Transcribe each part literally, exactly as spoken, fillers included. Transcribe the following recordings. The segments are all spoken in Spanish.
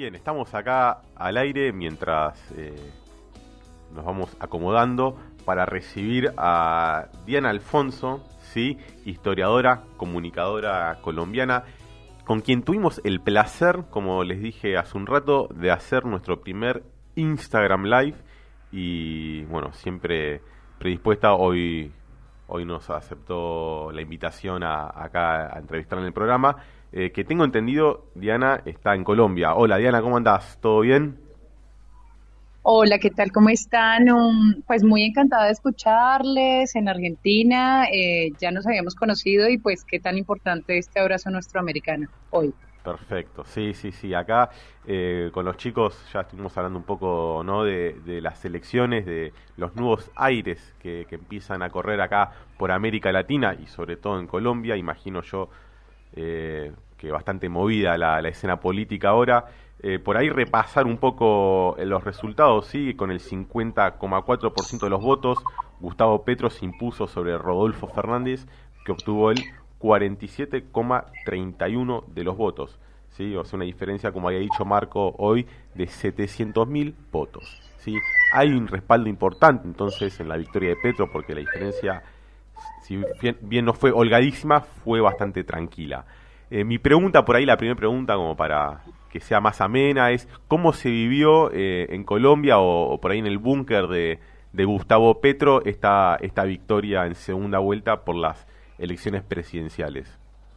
Bien, estamos acá al aire mientras eh, nos vamos acomodando para recibir a Diana Alfonso, ¿sí? Historiadora, comunicadora colombiana, con quien tuvimos el placer, como les dije hace un rato, de hacer nuestro primer Instagram Live. Y bueno, siempre predispuesta, hoy, hoy nos aceptó la invitación a, acá a entrevistar en el programa. Eh, que tengo entendido, Diana está en Colombia. Hola Diana, ¿cómo andás? ¿Todo bien? Hola, ¿qué tal? ¿Cómo están? Um, pues muy encantada de escucharles en Argentina. Eh, ya nos habíamos conocido y pues qué tan importante este abrazo nuestro americano hoy. Perfecto, sí, sí, sí. Acá eh, con los chicos ya estuvimos hablando un poco, ¿no? de, de las elecciones, de los nuevos aires que, que empiezan a correr acá por América Latina y sobre todo en Colombia. Imagino yo eh, que bastante movida la, la escena política ahora. Eh, por ahí repasar un poco los resultados, sí, con el cincuenta coma cuatro por ciento de los votos, Gustavo Petro se impuso sobre Rodolfo Fernández, que obtuvo el cuarenta y siete coma treinta y uno de los votos, ¿sí? O sea, una diferencia, como había dicho Marco hoy, de setecientos mil votos, ¿sí? Hay un respaldo importante entonces en la victoria de Petro, porque la diferencia, si bien, bien no fue holgadísima, fue bastante tranquila. Eh, mi pregunta por ahí, la primera pregunta, como para que sea más amena, es ¿cómo se vivió eh, en Colombia o, o por ahí en el búnker de, de Gustavo Petro esta, esta victoria en segunda vuelta por las elecciones presidenciales?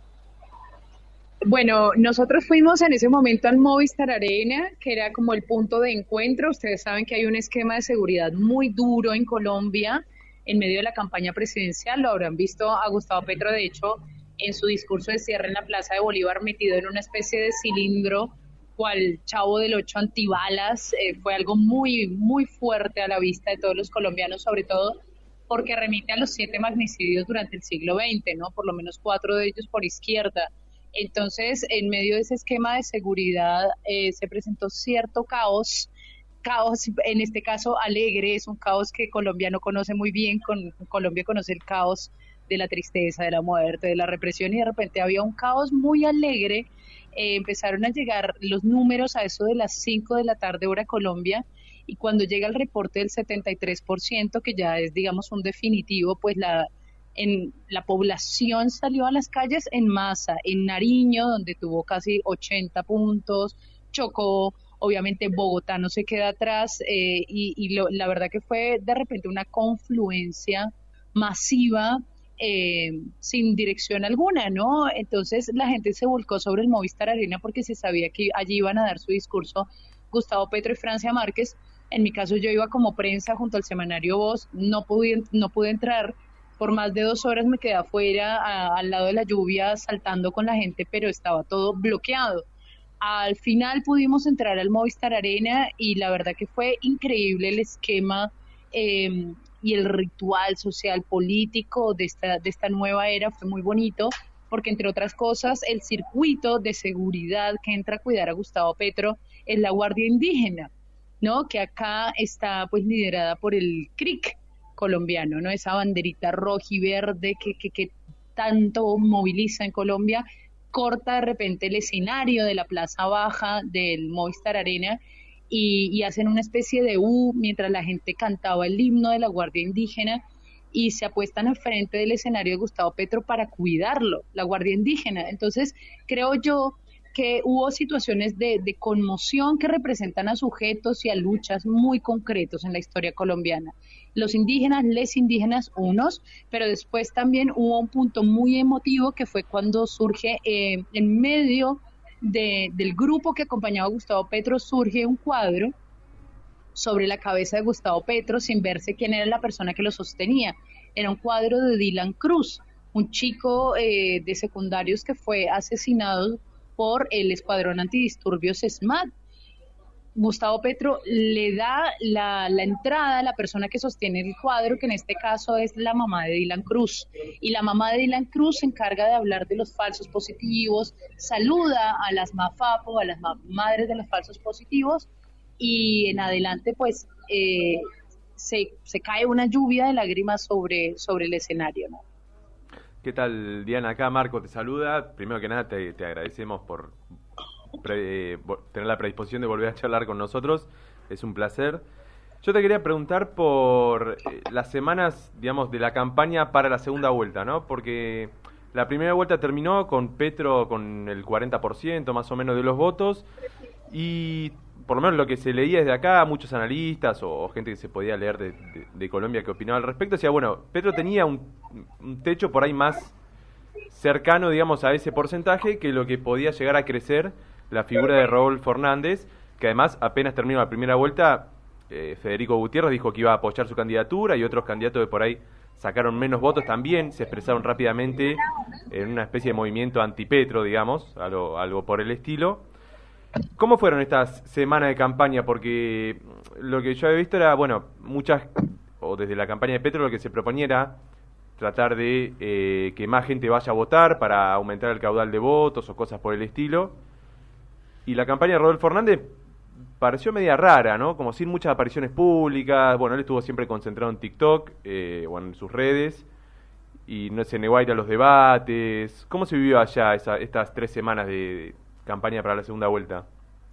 Bueno, nosotros fuimos en ese momento al Movistar Arena, que era como el punto de encuentro. Ustedes saben que hay un esquema de seguridad muy duro en Colombia en medio de la campaña presidencial. Lo habrán visto a Gustavo Petro, de hecho, en su discurso de cierre en la Plaza de Bolívar, metido en una especie de cilindro, cual Chavo del Ocho antibalas. Eh, fue algo muy, muy fuerte a la vista de todos los colombianos, sobre todo porque remite a los siete magnicidios durante el siglo veinte, ¿no? Por lo menos cuatro de ellos por izquierda. Entonces, en medio de ese esquema de seguridad, eh, se presentó cierto caos, caos, en este caso alegre, es un caos que Colombia no conoce muy bien. Con, Colombia conoce el caos de la tristeza, de la muerte, de la represión, y de repente había un caos muy alegre. Eh, empezaron a llegar los números a eso de las cinco de la tarde hora Colombia, y cuando llega el reporte del setenta y tres por ciento, que ya es, digamos, un definitivo, pues la, en, la población salió a las calles en masa. En Nariño, donde tuvo casi ochenta puntos, Chocó, obviamente Bogotá no se queda atrás, eh, y, y lo, la verdad que fue de repente una confluencia masiva, eh, sin dirección alguna, ¿no? Entonces la gente se volcó sobre el Movistar Arena porque se sabía que allí iban a dar su discurso Gustavo Petro y Francia Márquez. En mi caso yo iba como prensa junto al semanario Voz, no pude, no pude entrar, por más de dos horas me quedé afuera, a, al lado de la lluvia, saltando con la gente, pero estaba todo bloqueado. Al final pudimos entrar al Movistar Arena y la verdad que fue increíble el esquema, eh, y el ritual social político de esta, de esta nueva era. Fue muy bonito porque, entre otras cosas, el circuito de seguridad que entra a cuidar a Gustavo Petro es la Guardia Indígena, ¿no? Que acá está pues liderada por el C R I C colombiano, ¿no? Esa banderita roja y verde que, que, que tanto moviliza en Colombia, corta de repente el escenario de la Plaza Baja del Movistar Arena, y, y hacen una especie de U mientras la gente cantaba el himno de la Guardia Indígena, y se apuestan al frente del escenario de Gustavo Petro para cuidarlo, la Guardia Indígena. Entonces, creo yo que hubo situaciones de, de conmoción que representan a sujetos y a luchas muy concretos en la historia colombiana. Los indígenas, les indígenas, unos, pero después también hubo un punto muy emotivo que fue cuando surge, eh, en medio de, del grupo que acompañaba a Gustavo Petro, surge un cuadro sobre la cabeza de Gustavo Petro sin verse quién era la persona que lo sostenía. Era un cuadro de Dylan Cruz, un chico, eh, de secundarios que fue asesinado por el escuadrón antidisturbios SMAT. Gustavo Petro le da la, la, entrada a la persona que sostiene el cuadro, que en este caso es la mamá de Dylan Cruz. Y la mamá de Dylan Cruz se encarga de hablar de los falsos positivos, saluda a las MAFAPO, a las ma madres de los falsos positivos, y en adelante pues, eh, se, se cae una lluvia de lágrimas sobre, sobre el escenario, ¿no? ¿Qué tal, Diana? Acá Marco te saluda. Primero que nada te, te agradecemos por pre- eh, vo- tener la predisposición de volver a charlar con nosotros. Es un placer. Yo te quería preguntar por eh, las semanas, digamos, de la campaña para la segunda vuelta, ¿no? Porque la primera vuelta terminó con Petro con el cuarenta por ciento más o menos de los votos y por lo menos lo que se leía desde acá, muchos analistas o, o gente que se podía leer de, de- de Colombia que opinaba al respecto, decía, bueno, Petro tenía un, un techo por ahí más cercano, digamos, a ese porcentaje que lo que podía llegar a crecer la figura de Rodolfo Hernández, que además apenas terminó la primera vuelta, eh, Federico Gutiérrez dijo que iba a apoyar su candidatura y otros candidatos de por ahí sacaron menos votos también, se expresaron rápidamente en una especie de movimiento antipetro, digamos, algo, algo por el estilo. ¿Cómo fueron estas semanas de campaña? Porque lo que yo había visto era, bueno, muchas, o desde la campaña de Petro lo que se proponía era tratar de eh, que más gente vaya a votar para aumentar el caudal de votos o cosas por el estilo. Y la campaña de Rodolfo Hernández pareció media rara, ¿no? Como sin muchas apariciones públicas. Bueno, él estuvo siempre concentrado en TikTok eh, o en sus redes y no se negó a ir a los debates. ¿Cómo se vivió allá esa, estas tres semanas de campaña para la segunda vuelta?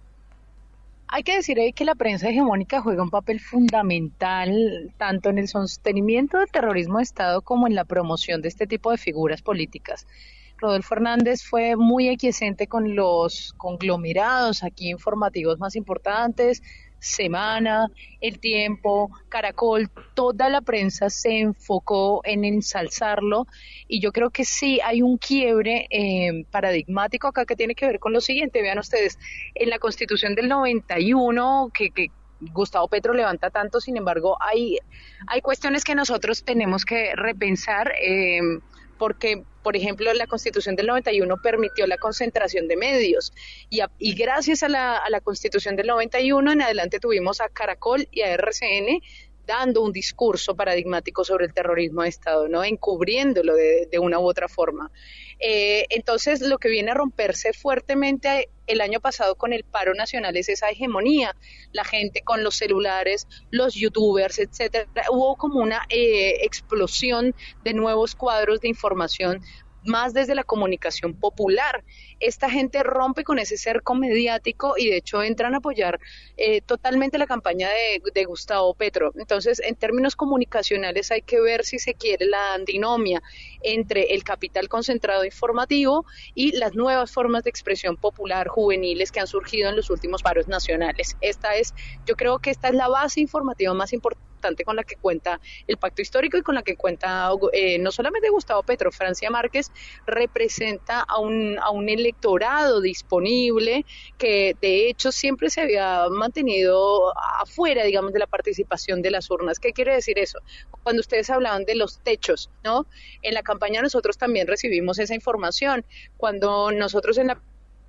Hay que decir ahí que la prensa hegemónica juega un papel fundamental tanto en el sostenimiento del terrorismo de Estado como en la promoción de este tipo de figuras políticas. Rodolfo Hernández fue muy aquiescente con los conglomerados aquí informativos más importantes, Semana, El Tiempo, Caracol, toda la prensa se enfocó en ensalzarlo y yo creo que sí hay un quiebre eh, paradigmático acá que tiene que ver con lo siguiente. Vean ustedes, en la Constitución del noventa y uno que, que Gustavo Petro levanta tanto, sin embargo, hay, hay cuestiones que nosotros tenemos que repensar. Eh, porque, por ejemplo, la Constitución del noventa y uno permitió la concentración de medios y, a, y gracias a la, a la Constitución del noventa y uno en adelante tuvimos a Caracol y a R C N dando un discurso paradigmático sobre el terrorismo de Estado, ¿no? Encubriéndolo de, de una u otra forma. Eh, entonces, lo que viene a romperse fuertemente el año pasado con el paro nacional es esa hegemonía, la gente con los celulares, los youtubers, etcétera. Hubo como una eh, explosión de nuevos cuadros de información más desde la comunicación popular. Esta gente rompe con ese cerco mediático y de hecho entran a apoyar eh, totalmente la campaña de, de Gustavo Petro. Entonces, en términos comunicacionales hay que ver si se quiere la antinomia entre el capital concentrado informativo y las nuevas formas de expresión popular juveniles que han surgido en los últimos paros nacionales. Esta es, yo creo que esta es la base informativa más importante con la que cuenta el pacto histórico y con la que cuenta eh, no solamente Gustavo Petro. Francia Márquez representa a un, a un electorado disponible que de hecho siempre se había mantenido afuera, digamos, de la participación de las urnas. ¿Qué quiere decir eso? Cuando ustedes hablaban de los techos, ¿no? En la campaña nosotros también recibimos esa información. Cuando nosotros en la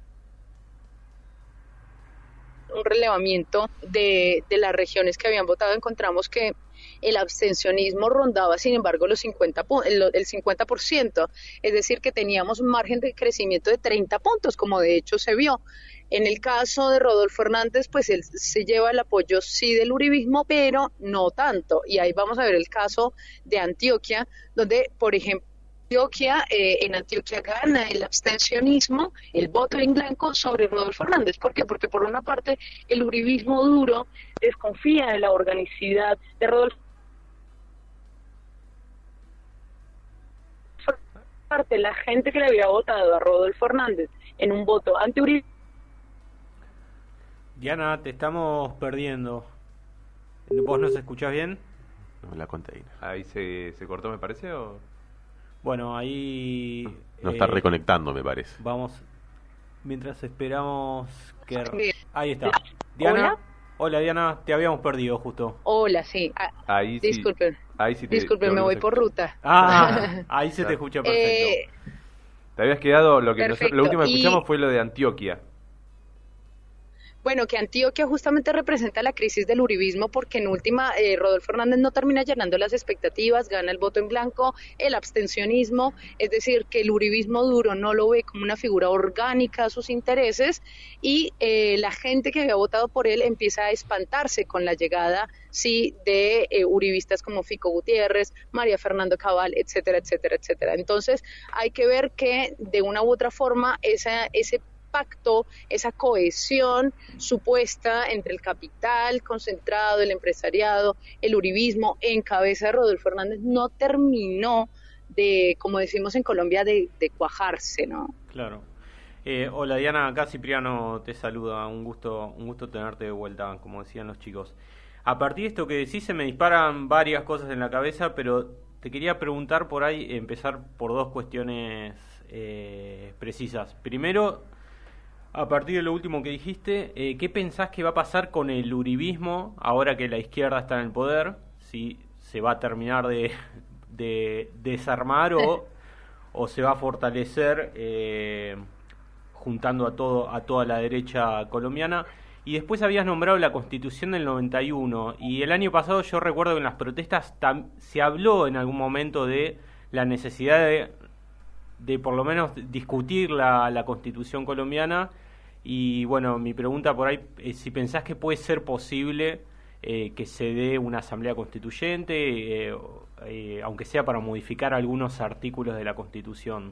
un relevamiento de, de las regiones que habían votado, encontramos que el abstencionismo rondaba, sin embargo, los cincuenta, el, el cincuenta por ciento, es decir, que teníamos un margen de crecimiento de treinta puntos, como de hecho se vio. En el caso de Rodolfo Hernández, pues él se lleva el apoyo sí del uribismo, pero no tanto. Y ahí vamos a ver el caso de Antioquia, donde, por ejemplo, Antioquia, eh, en Antioquia gana el abstencionismo, el voto en blanco sobre Rodolfo Hernández. ¿Por qué? Porque por una parte el uribismo duro desconfía de la organicidad de Rodolfo Hernández. Por otra parte, la gente que le había votado a Rodolfo Hernández en un voto antiuribista. Diana, te estamos perdiendo. ¿Vos nos escuchás bien? No, la conté. Ahí se, se cortó, me parece, o... Bueno, ahí... No eh, está reconectando, me parece. Vamos, mientras esperamos que... Sí. Ahí está. Diana. ¿Hola? Hola, Diana, te habíamos perdido justo. Hola, sí. Ah, Ahí sí, disculpen, ahí sí te, disculpen, te me voy volvemos a por escuchar. ruta. Ah, ahí se te escucha perfecto. Eh, Te habías quedado, lo que nosotros, Perfecto, lo último que y- escuchamos fue lo de Antioquia. Bueno, que Antioquia justamente representa la crisis del uribismo porque en última eh, Rodolfo Hernández no termina llenando las expectativas, gana el voto en blanco, el abstencionismo, es decir, que el uribismo duro no lo ve como una figura orgánica a sus intereses y eh, la gente que había votado por él empieza a espantarse con la llegada, sí, de eh, uribistas como Fico Gutiérrez, María Fernando Cabal, etcétera, etcétera, etcétera. Entonces hay que ver que de una u otra forma esa, ese pacto, esa cohesión supuesta entre el capital concentrado, el empresariado, el uribismo, en cabeza de Rodolfo Hernández, no terminó de, como decimos en Colombia, de, de cuajarse, ¿no? Claro. Eh, hola Diana, acá Cipriano te saluda, un gusto, un gusto tenerte de vuelta, como decían los chicos. A partir de esto que decís se me disparan varias cosas en la cabeza, pero te quería preguntar por ahí, empezar por dos cuestiones eh, precisas. Primero, a partir de lo último que dijiste, eh, ¿qué pensás que va a pasar con el uribismo ahora que la izquierda está en el poder? Si se va a terminar de, de desarmar o, o se va a fortalecer eh, juntando a todo a toda la derecha colombiana. Y después habías nombrado la Constitución del noventa y uno, y el año pasado yo recuerdo que en las protestas tam, se habló en algún momento de la necesidad de, de por lo menos discutir la, la Constitución colombiana. Y bueno, mi pregunta por ahí es si pensás que puede ser posible eh, que se dé una asamblea constituyente, eh, eh, aunque sea para modificar algunos artículos de la Constitución.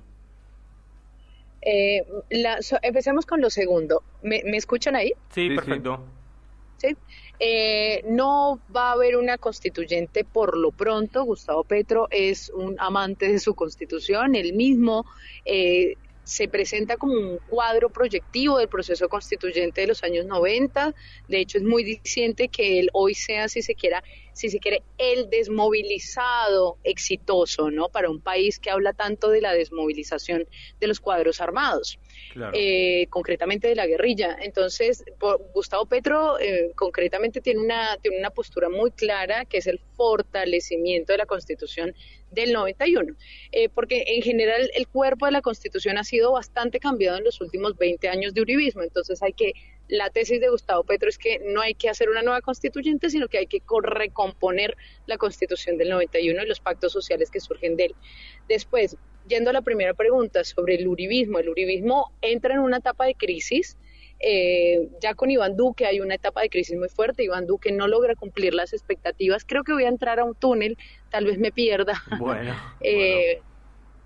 Eh, la, so, empecemos con lo segundo. ¿Me, ¿me escuchan ahí? Sí, sí, perfecto. Sí. Eh, no va a haber una constituyente por lo pronto. Gustavo Petro es un amante de su constitución. Él mismo eh, se presenta como un cuadro proyectivo del proceso constituyente de los años noventa. De hecho, es muy diciente que él hoy sea, si se quiera, si se quiere, el desmovilizado exitoso, ¿no? Para un país que habla tanto de la desmovilización de los cuadros armados, claro. eh, concretamente de la guerrilla. Entonces, por, Gustavo Petro eh, concretamente tiene una, tiene una postura muy clara, que es el fortalecimiento de la Constitución del noventa y uno, eh, porque en general el cuerpo de la Constitución ha sido bastante cambiado en los últimos veinte años de uribismo. Entonces hay que, la tesis de Gustavo Petro es que no hay que hacer una nueva constituyente, sino que hay que recomponer la Constitución del noventa y uno y los pactos sociales que surgen de él. Después, yendo a la primera pregunta sobre el uribismo, el uribismo entra en una etapa de crisis. Eh, ya con Iván Duque hay una etapa de crisis muy fuerte. Iván Duque no logra cumplir las expectativas. Creo que voy a entrar a un túnel, tal vez me pierda. Bueno, eh, bueno.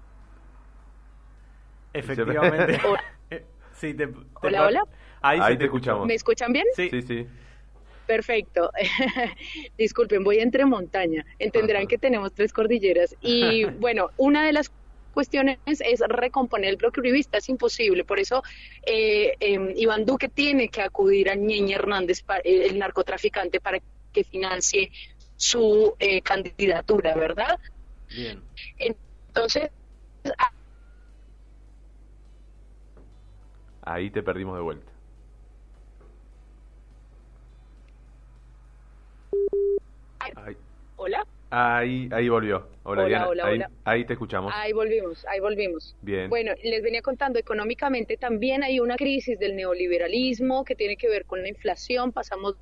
Efectivamente. Sí, te, te hola, hola. Ahí, Ahí te, te escuchamos. ¿Me escuchan bien? Sí, sí, sí. Perfecto. Disculpen, voy entre montaña. Entenderán Ajá. que tenemos tres cordilleras. Y bueno, una de las cuestiones es recomponer el bloque uribista, es imposible. Por eso eh, eh, Iván Duque tiene que acudir a Ñeñe Hernández, para, eh, el narcotraficante, para que financie su eh, candidatura, ¿verdad? Bien. Entonces... Ahí te perdimos de vuelta. Ahí. Hola. Ahí, ahí volvió. Hola, hola Diana. Hola, ahí, hola. ahí te escuchamos. Ahí volvimos, ahí volvimos. Bien. Bueno, les venía contando, económicamente también hay una crisis del neoliberalismo que tiene que ver con la inflación. Pasamos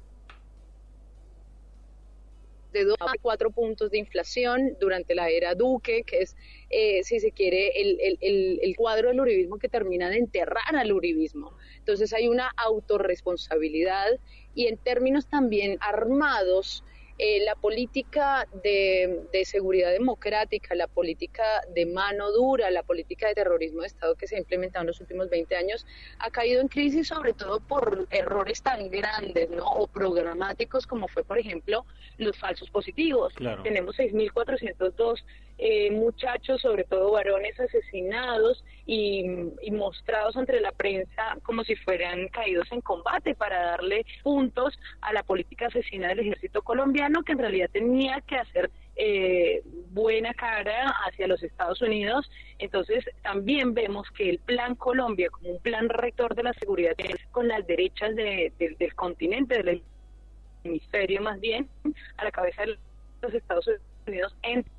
de dos a cuatro puntos de inflación durante la era Duque, que es, eh, si se quiere, el, el, el, el cuadro del uribismo que termina de enterrar al uribismo. Entonces hay una autorresponsabilidad y en términos también armados, Eh, la política de, de seguridad democrática, la política de mano dura, la política de terrorismo de Estado que se ha implementado en los últimos veinte años ha caído en crisis, sobre todo por errores tan grandes, ¿no? O programáticos como fue, por ejemplo, los falsos positivos. Claro. Tenemos seis mil cuatrocientos dos eh, muchachos, sobre todo varones, asesinados y, y mostrados ante la prensa como si fueran caídos en combate para darle puntos a la política asesina del ejército colombiano, que en realidad tenía que hacer eh, buena cara hacia los Estados Unidos. Entonces también vemos que el Plan Colombia, como un plan rector de la seguridad con las derechas de, de, del continente, del hemisferio más bien, a la cabeza de los Estados Unidos, entra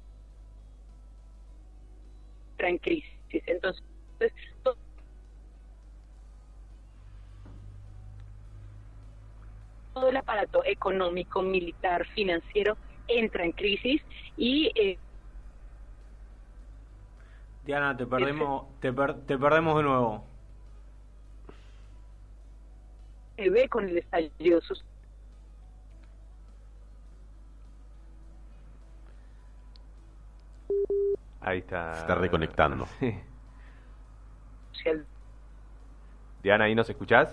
en crisis. Entonces, todo todo el aparato económico, militar, financiero entra en crisis y eh, Diana, te perdemos, te, per, te perdemos de nuevo. Se ve con el estallido social. Ahí está. Se está reconectando. Sí. Diana, ¿ahí nos escuchás?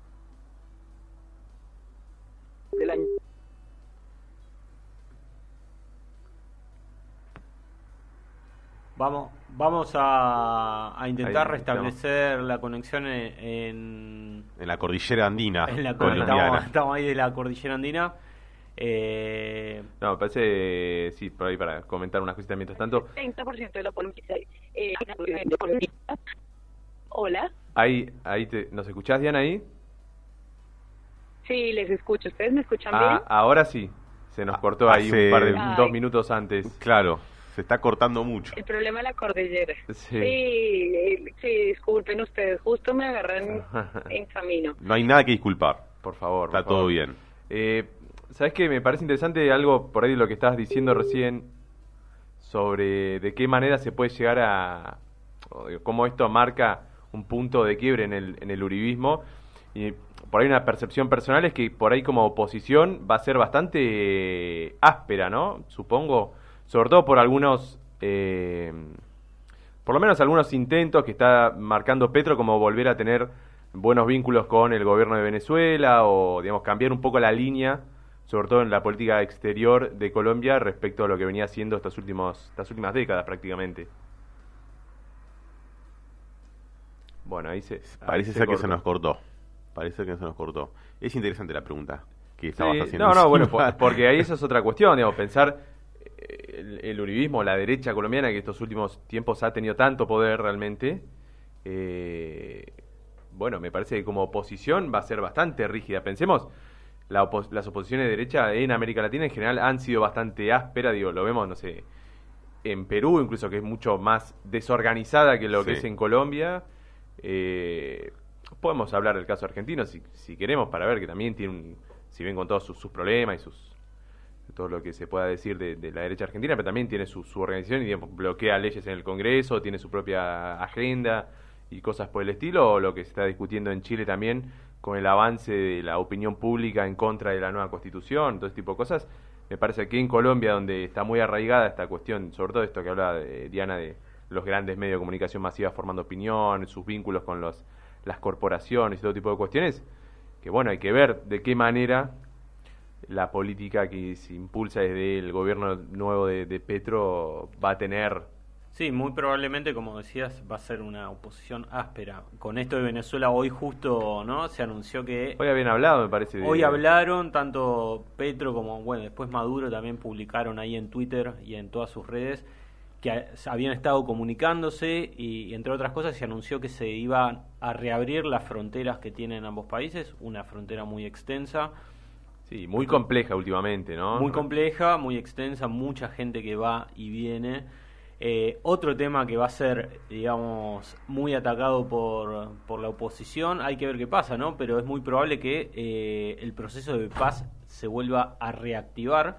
Del año. Vamos, vamos a, a intentar Ahí, restablecer la conexión en, en, En la cordillera andina en la colombiana. estamos, estamos ahí de la cordillera andina. Eh, No, me parece, sí, por ahí para comentar unas cositas mientras tanto. treinta por ciento de la política. Eh, Hola. Ahí, ahí te, ¿nos escuchás, Diana, ahí? Sí, les escucho. ¿Ustedes me escuchan Ah, bien? ahora sí. Se nos cortó ahí Hace- un par de Ay. dos minutos antes. Claro, se está cortando mucho. El problema de la cordillera. Sí. eh, sí, disculpen ustedes. Justo me agarran en camino. No hay nada que disculpar. Por favor. Está por favor. todo bien. Eh, ¿Sabes qué? Me parece interesante algo por ahí de lo que estabas diciendo recién sobre de qué manera se puede llegar a... o de cómo esto marca un punto de quiebre en el, en el uribismo. Y por ahí una percepción personal es que por ahí como oposición va a ser bastante eh, áspera, ¿no? Supongo, sobre todo por algunos... eh, por lo menos algunos intentos que está marcando Petro, como volver a tener buenos vínculos con el gobierno de Venezuela o, digamos, cambiar un poco la línea, sobre todo en la política exterior de Colombia respecto a lo que venía haciendo estos últimos, estas últimas décadas prácticamente. Bueno, ahí se... Parece ahí ser que cortó. se nos cortó. Parece que se nos cortó. Es interesante la pregunta que estabas Sí, haciendo. no, no, bueno, encima. por- porque ahí esa es otra cuestión, digamos, pensar eh, el, el uribismo, la derecha colombiana que estos últimos tiempos ha tenido tanto poder realmente, eh, bueno, me parece que como oposición va a ser bastante rígida. Pensemos, la opo- las oposiciones de derecha en América Latina en general han sido bastante ásperas, digo, lo vemos, no sé, en Perú incluso, que es mucho más desorganizada que lo que Sí. es en Colombia. Eh, podemos hablar del caso argentino si, si queremos, para ver que también tiene un, si bien con todos sus, sus problemas y sus todo lo que se pueda decir de, de la derecha argentina, pero también tiene su, su organización y digamos, bloquea leyes en el Congreso, tiene su propia agenda y cosas por el estilo, o lo que se está discutiendo en Chile también con el avance de la opinión pública en contra de la nueva constitución, todo ese tipo de cosas. Me parece que en Colombia, donde está muy arraigada esta cuestión, sobre todo esto que hablaba de, Diana, de los grandes medios de comunicación masiva formando opinión, sus vínculos con los, las corporaciones y todo tipo de cuestiones, que bueno, hay que ver de qué manera la política que se impulsa desde el gobierno nuevo de, de Petro va a tener. sí, muy probablemente, como decías, va a ser una oposición áspera. Con esto de Venezuela, hoy justo no se anunció que... Hoy habían hablado, me parece. De... Hoy hablaron, tanto Petro como, bueno, después Maduro también publicaron ahí en Twitter y en todas sus redes que a- habían estado comunicándose y, entre otras cosas, se anunció que se iban a reabrir las fronteras que tienen ambos países, una frontera muy extensa, Sí, muy compleja últimamente, ¿no? muy compleja, muy extensa, mucha gente que va y viene. Eh, otro tema que va a ser, digamos, muy atacado por, por la oposición, hay que ver qué pasa, ¿no? Pero es muy probable que eh, el proceso de paz se vuelva a reactivar.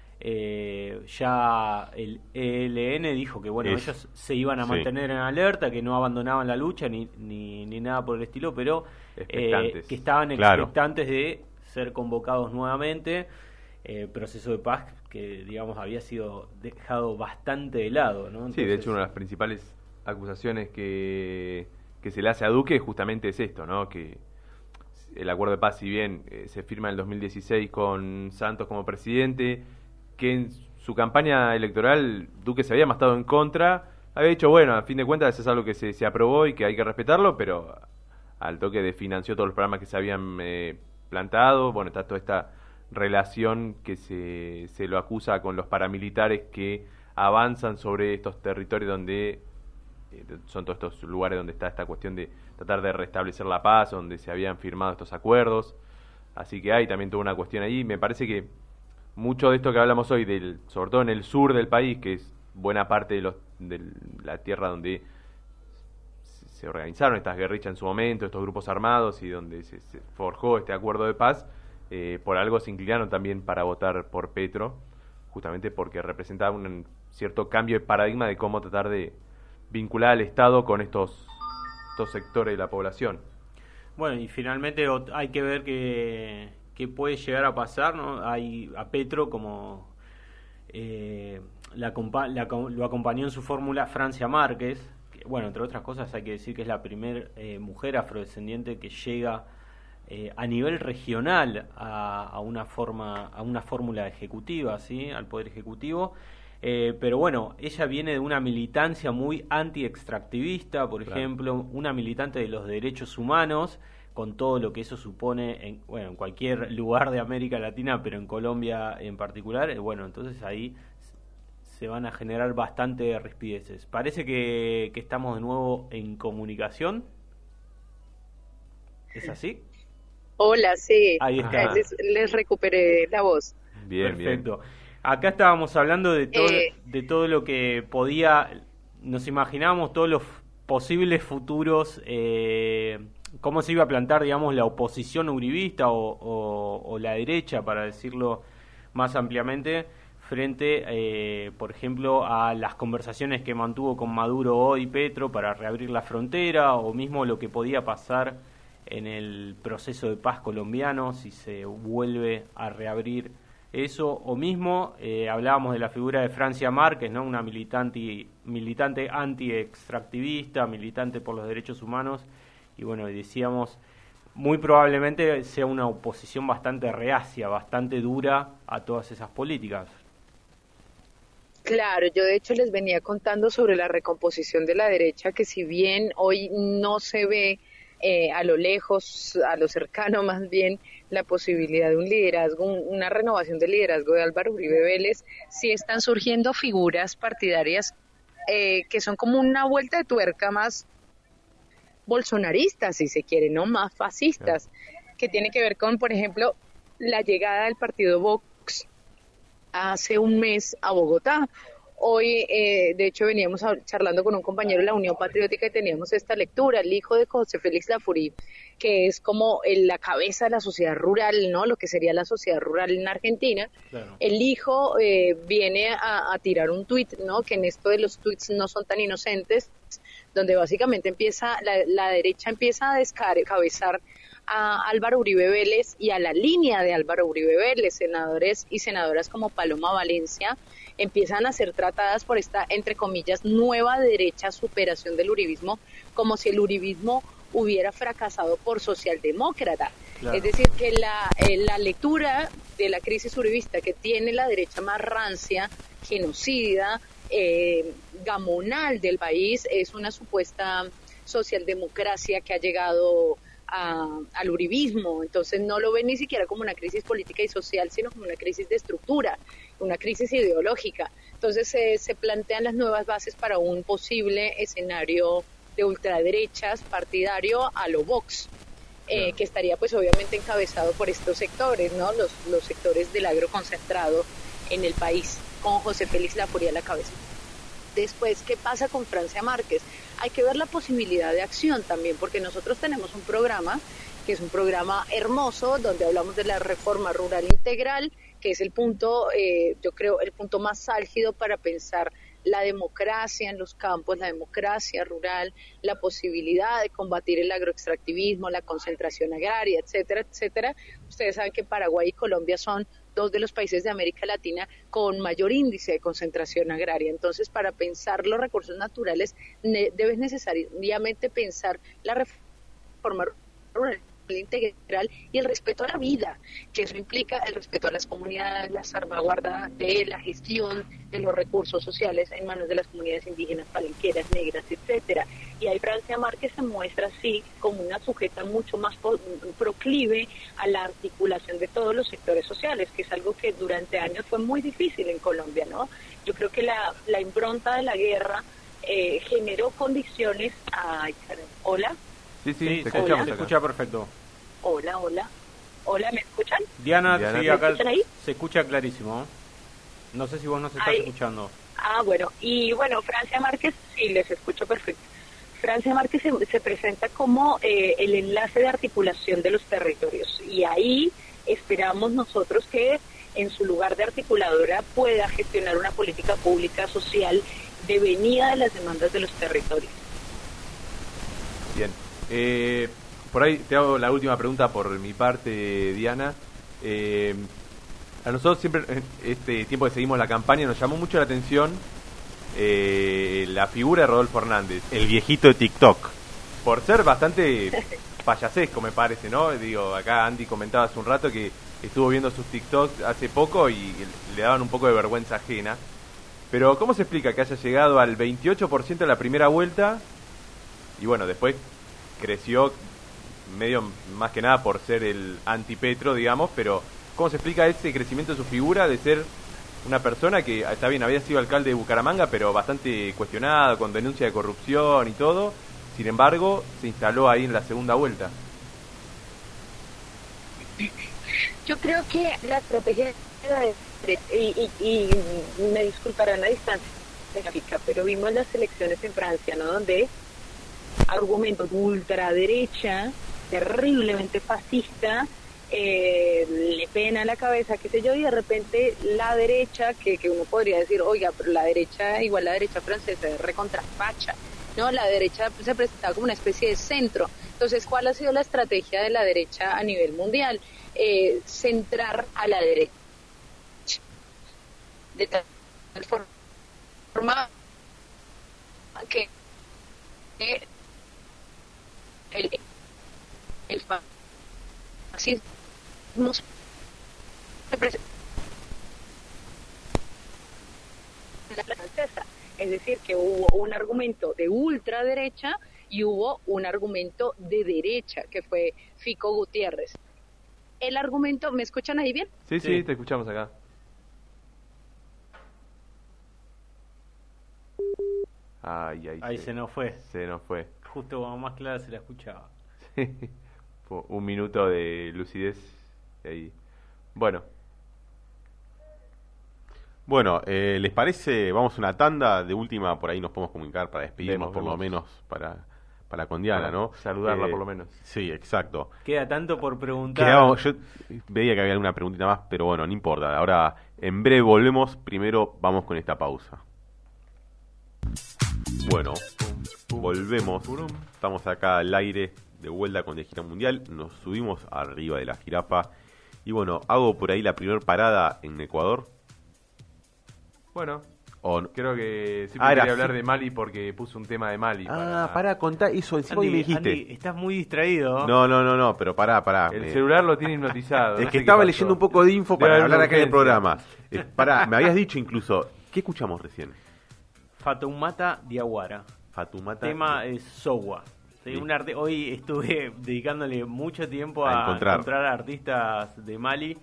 Eh, ya el E L N dijo que, bueno, Es- ellos se iban a sí. mantener en alerta, que no abandonaban la lucha ni, ni, ni nada por el estilo, pero eh, Expectantes. que estaban Claro. expectantes de ser convocados nuevamente. Eh, proceso de paz que, digamos, había sido dejado bastante de lado, ¿no? Sí, de Entonces, hecho una de las principales acusaciones que, que se le hace a Duque justamente es esto, ¿no? Que el acuerdo de paz, si bien eh, se firma en el dos mil dieciséis con Santos como presidente, que en su campaña electoral Duque se había estado en contra, había dicho, bueno, a fin de cuentas eso es algo que se, se aprobó y que hay que respetarlo, pero al toque desfinanció todos los programas que se habían eh, plantado. Bueno, está toda esta relación que se, se lo acusa con los paramilitares que avanzan sobre estos territorios donde eh, son todos estos lugares donde está esta cuestión de tratar de restablecer la paz, donde se habían firmado estos acuerdos. Así que hay también toda una cuestión ahí. Me parece que mucho de esto que hablamos hoy, del, sobre todo en el sur del país, que es buena parte de, los, de la tierra donde se organizaron estas guerrillas en su momento, estos grupos armados, y donde se, se forjó este acuerdo de paz, eh, por algo se inclinaron también para votar por Petro, justamente porque representaba un cierto cambio de paradigma de cómo tratar de vincular al Estado con estos, estos sectores de la población. Bueno, y finalmente ot- hay que ver qué, qué puede llegar a pasar, ¿no? Hay a Petro como eh, la, acompa- la co- lo acompañó en su fórmula Francia Márquez, que, bueno, entre otras cosas hay que decir que es la primera eh, mujer afrodescendiente que llega eh, a nivel regional a, a una forma, a una fórmula ejecutiva, ¿sí? Al poder ejecutivo. Eh, pero bueno, ella viene de una militancia muy anti-extractivista, por claro. ejemplo, una militante de los derechos humanos, con todo lo que eso supone en, bueno, en cualquier lugar de América Latina, pero en Colombia en particular. Eh, bueno, entonces ahí se van a generar bastante rispideces. Parece que, que estamos de nuevo en comunicación. ¿Es así? Hola, sí. Ahí está. Les, les recuperé la voz. Bien, perfecto. Bien. Acá estábamos hablando de todo, Eh, de todo lo que podía, nos imaginábamos todos los posibles futuros, eh, cómo se iba a plantar, digamos, la oposición uribista o, o, o la derecha, para decirlo más ampliamente, frente, eh, por ejemplo, a las conversaciones que mantuvo con Maduro hoy Petro para reabrir la frontera, o mismo lo que podía pasar en el proceso de paz colombiano si se vuelve a reabrir eso, o mismo eh, hablábamos de la figura de Francia Márquez, ¿no? Una militante militante anti-extractivista, militante por los derechos humanos, y bueno, decíamos, muy probablemente sea una oposición bastante reacia, bastante dura a todas esas políticas. Claro, yo de hecho les venía contando sobre la recomposición de la derecha, que si bien hoy no se ve eh, a lo lejos, a lo cercano más bien, la posibilidad de un liderazgo, un, una renovación del liderazgo de Álvaro Uribe Vélez, sí están surgiendo figuras partidarias eh, que son como una vuelta de tuerca más bolsonaristas, si se quiere, no más fascistas, que tiene que ver con, por ejemplo, la llegada del partido Vox hace un mes a Bogotá. Hoy, eh, de hecho, veníamos a, charlando con un compañero de la Unión Patriótica y teníamos esta lectura, el hijo de José Félix Laforí, que es como el, la cabeza de la sociedad rural, ¿no? Lo que sería la sociedad rural en Argentina. Claro. El hijo eh, viene a, a tirar un tuit, ¿no? Que en esto de los tuits no son tan inocentes, donde básicamente empieza, la, la derecha empieza a descabezar a Álvaro Uribe Vélez y a la línea de Álvaro Uribe Vélez, senadores y senadoras como Paloma Valencia, empiezan a ser tratadas por esta, entre comillas, nueva derecha superación del uribismo, como si el uribismo hubiera fracasado por socialdemócrata. Claro. Es decir, que la, eh, la lectura de la crisis uribista que tiene la derecha más rancia, genocida, eh, gamonal del país, es una supuesta socialdemocracia que ha llegado a, al uribismo. Entonces no lo ven ni siquiera como una crisis política y social, sino como una crisis de estructura, una crisis ideológica. Entonces eh, se plantean las nuevas bases para un posible escenario de ultraderechas partidario a lo Vox, eh, claro. que estaría pues obviamente encabezado por estos sectores, ¿no? Los, los sectores del agro concentrado en el país, con José Félix Laforí a la cabeza. Después, ¿qué pasa con Francia Márquez? Hay que ver la posibilidad de acción también, porque nosotros tenemos un programa, que es un programa hermoso, donde hablamos de la reforma rural integral, que es el punto, eh, yo creo, el punto más álgido para pensar la democracia en los campos, la democracia rural, la posibilidad de combatir el agroextractivismo, la concentración agraria, etcétera, etcétera. Ustedes saben que Paraguay y Colombia son dos de los países de América Latina con mayor índice de concentración agraria. Entonces, para pensar los recursos naturales, ne- debes necesariamente pensar la reforma rural integral y el respeto a la vida, que eso implica el respeto a las comunidades, la salvaguarda de la gestión de los recursos sociales en manos de las comunidades indígenas, palenqueras, negras, etcétera. Y ahí Francia Márquez se muestra así como una sujeta mucho más po- proclive a la articulación de todos los sectores sociales, que es algo que durante años fue muy difícil en Colombia, ¿no? Yo creo que la, la impronta de la guerra eh, generó condiciones. Ay, hola. Sí, sí, sí te se, escuchamos se acá. escucha perfecto. Hola, hola. Hola, ¿me escuchan? Diana, Diana. sí, ¿Me acá escuchan ahí? se escucha clarísimo. No sé si vos nos estás Ahí. escuchando. Ah, bueno, y bueno, Francia Márquez, sí, les escucho perfecto. Francia Márquez se, se presenta como eh, el enlace de articulación de los territorios, y ahí esperamos nosotros que en su lugar de articuladora pueda gestionar una política pública social devenida de las demandas de los territorios. Bien. Eh, por ahí te hago la última pregunta por mi parte, Diana. Eh, a nosotros siempre, en este tiempo que seguimos la campaña, nos llamó mucho la atención eh, la figura de Rodolfo Hernández. El viejito de TikTok. Por ser bastante payasesco, me parece, ¿no? Digo, acá Andy comentaba hace un rato que estuvo viendo sus TikToks hace poco y le daban un poco de vergüenza ajena. Pero ¿cómo se explica que haya llegado al veintiocho por ciento en la primera vuelta? Y bueno, después creció medio más que nada por ser el anti-Petro, digamos, pero ¿cómo se explica ese crecimiento de su figura de ser una persona que, está bien, había sido alcalde de Bucaramanga, pero bastante cuestionado, con denuncia de corrupción y todo? Sin embargo, se instaló ahí en la segunda vuelta. Yo creo que la estrategia de, y, y, y me disculparán la distancia gráfica, pero vimos las elecciones en Francia, ¿no? Donde argumentos de ultraderecha, terriblemente fascista, eh, Le Pen a la cabeza, qué sé yo, y de repente la derecha, que, que uno podría decir, oiga, pero la derecha, igual la derecha francesa es recontrafacha, ¿no? La derecha se presentaba como una especie de centro. Entonces, ¿cuál ha sido la estrategia de la derecha a nivel mundial? Eh, centrar a la derecha de tal forma que eh, el, el fascismo representa la francesa. Es decir, que hubo un argumento de ultraderecha y hubo un argumento de derecha, que fue Fico Gutiérrez. El argumento, ¿me escuchan ahí bien? Sí, sí, sí, te escuchamos acá. Ay, ay, Ahí se, se nos fue. Se nos fue. Justo como más clara se la escuchaba. Un minuto de lucidez ahí. Bueno. Bueno, eh, ¿les parece? Vamos a una tanda de última, por ahí nos podemos comunicar para despedirnos, Vemos, por vemos. lo menos para, para con Diana, Para ¿no? saludarla Eh, por lo menos. Sí, exacto. Queda tanto por preguntar. Quedábamos- yo veía que había alguna preguntita más, pero bueno, no importa. Ahora, en breve volvemos. Primero vamos con esta pausa. Bueno, volvemos. Estamos acá al aire de vuelta con De Gira Mundial. Nos subimos arriba de la jirafa. Y bueno, hago por ahí la primera parada en Ecuador. Bueno, O no- creo que sí Ah, era quería hablar así. de Mali porque puso un tema de Mali. Ah, pará, contá eso. Encima Andy, hoy me dijiste. Andy, estás muy distraído. No, no, no, no, pero pará, pará. El me- celular lo tiene hipnotizado. Es no que sé estaba qué leyendo pasó. un poco de info Debe para haber hablar una acá en el urgencia. programa. Eh, pará, me habías dicho incluso. ¿Qué escuchamos recién? Fatoumata Diawara. Fatumata. Tema es Sowa. Sí, Sí. un arte, hoy estuve dedicándole mucho tiempo A a, encontrar. encontrar artistas de Mali.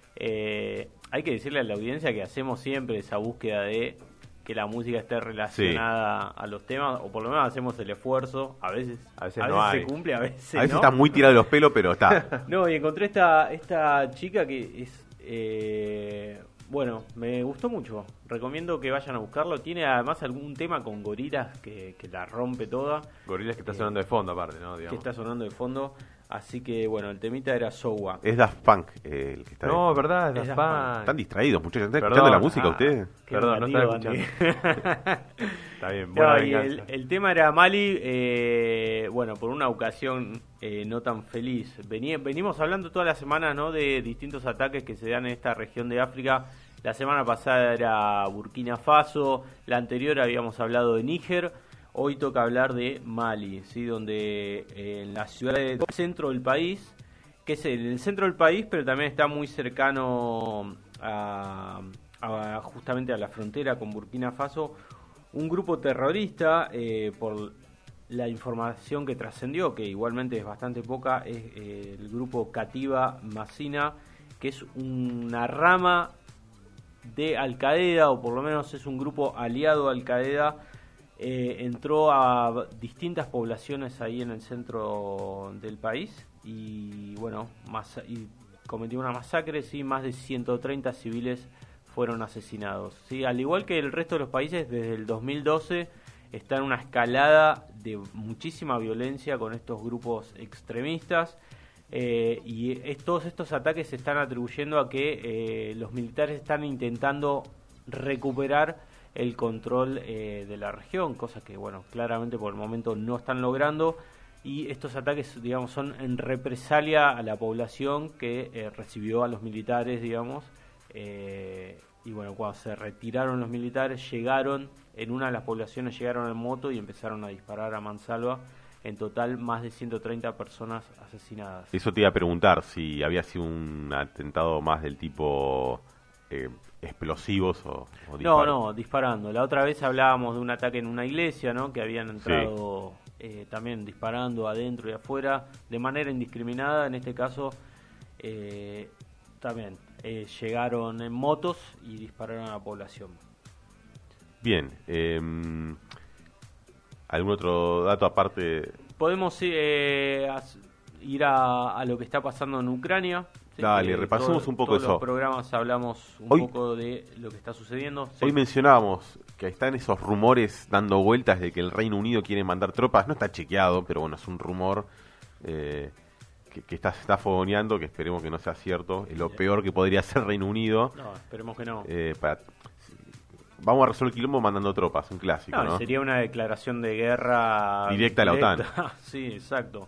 Eh, hay que decirle a la audiencia que hacemos siempre esa búsqueda de que la música esté relacionada a los temas, o por lo menos hacemos el esfuerzo. A veces, A veces no se hay. cumple, a veces, A veces no. está muy tirado de los pelos, pero está. No, y encontré esta, esta chica que es... eh, bueno, me gustó mucho. Recomiendo que vayan a buscarlo. Tiene además algún tema con gorilas que, que la rompe toda, Gorilas que está Eh, sonando de fondo aparte, ¿no? que Digamos. está sonando de fondo. Así que, bueno, el temita era Sowa. Es Daft Punk eh, el que está. No, ahí. verdad, es Es Daft Daft Punk. Están distraídos, muchachos. ¿Están Perdón. escuchando la música Ah, ustedes? Qué Perdón, no estaba negativo, escuchando. Andy. Está bien, buena No, y el, venganza. el tema era Mali, eh, bueno, por una ocasión eh, no tan feliz. Vení- venimos hablando toda la semana, ¿no?, de distintos ataques que se dan en esta región de África. La semana pasada era Burkina Faso, la anterior habíamos hablado de Níger. Hoy toca hablar de Mali, ¿sí?, donde eh, en la ciudad del centro del país, que es en el centro del país, pero también está muy cercano a, a- justamente a la frontera con Burkina Faso, un grupo terrorista, eh, por la información que trascendió, que igualmente es bastante poca, es eh, el grupo Katiba Masina, que es una rama de Al Qaeda, o por lo menos es un grupo aliado a Al Qaeda. Eh, entró a distintas poblaciones ahí en el centro del país y bueno, mas- y cometió una masacre, sí, más de ciento treinta civiles fueron asesinados, sí, al igual que el resto de los países. Desde el dos mil doce está en una escalada de muchísima violencia con estos grupos extremistas. Eh, y es- todos estos ataques se están atribuyendo a que eh, los militares están intentando recuperar el control eh, de la región, cosa que, bueno, claramente por el momento no están logrando. Y estos ataques, digamos, son en represalia a la población que eh, recibió a los militares, digamos, Eh, y bueno, cuando se retiraron los militares, llegaron, en una de las poblaciones llegaron en moto y empezaron a disparar a mansalva. En total, más de ciento treinta personas asesinadas. Eso te iba a preguntar, si había sido un atentado más del tipo eh, explosivos o, o No, no, disparando. La otra vez hablábamos de un ataque en una iglesia, ¿no? Que habían entrado sí. eh, también disparando adentro y afuera de manera indiscriminada. En este caso, eh, también eh, llegaron en motos y dispararon a la población. Bien. Eh, ¿Algún otro dato aparte? Podemos eh, ir a, a lo que está pasando en Ucrania. ¿Sí? Dale, eh, repasemos todo, un poco todos eso. Los programas hablamos un hoy, poco de lo que está sucediendo. Hoy sí. mencionábamos que están esos rumores dando vueltas de que el Reino Unido quiere mandar tropas. No está chequeado, pero bueno, es un rumor eh, que, que está, se está fogoneando, que esperemos que no sea cierto. Es lo sí. peor que podría hacer Reino Unido. No, esperemos que no. Eh, para... Vamos a resolver el quilombo mandando tropas, un clásico, no, ¿no? Sería una declaración de guerra directa a la OTAN. Sí, exacto.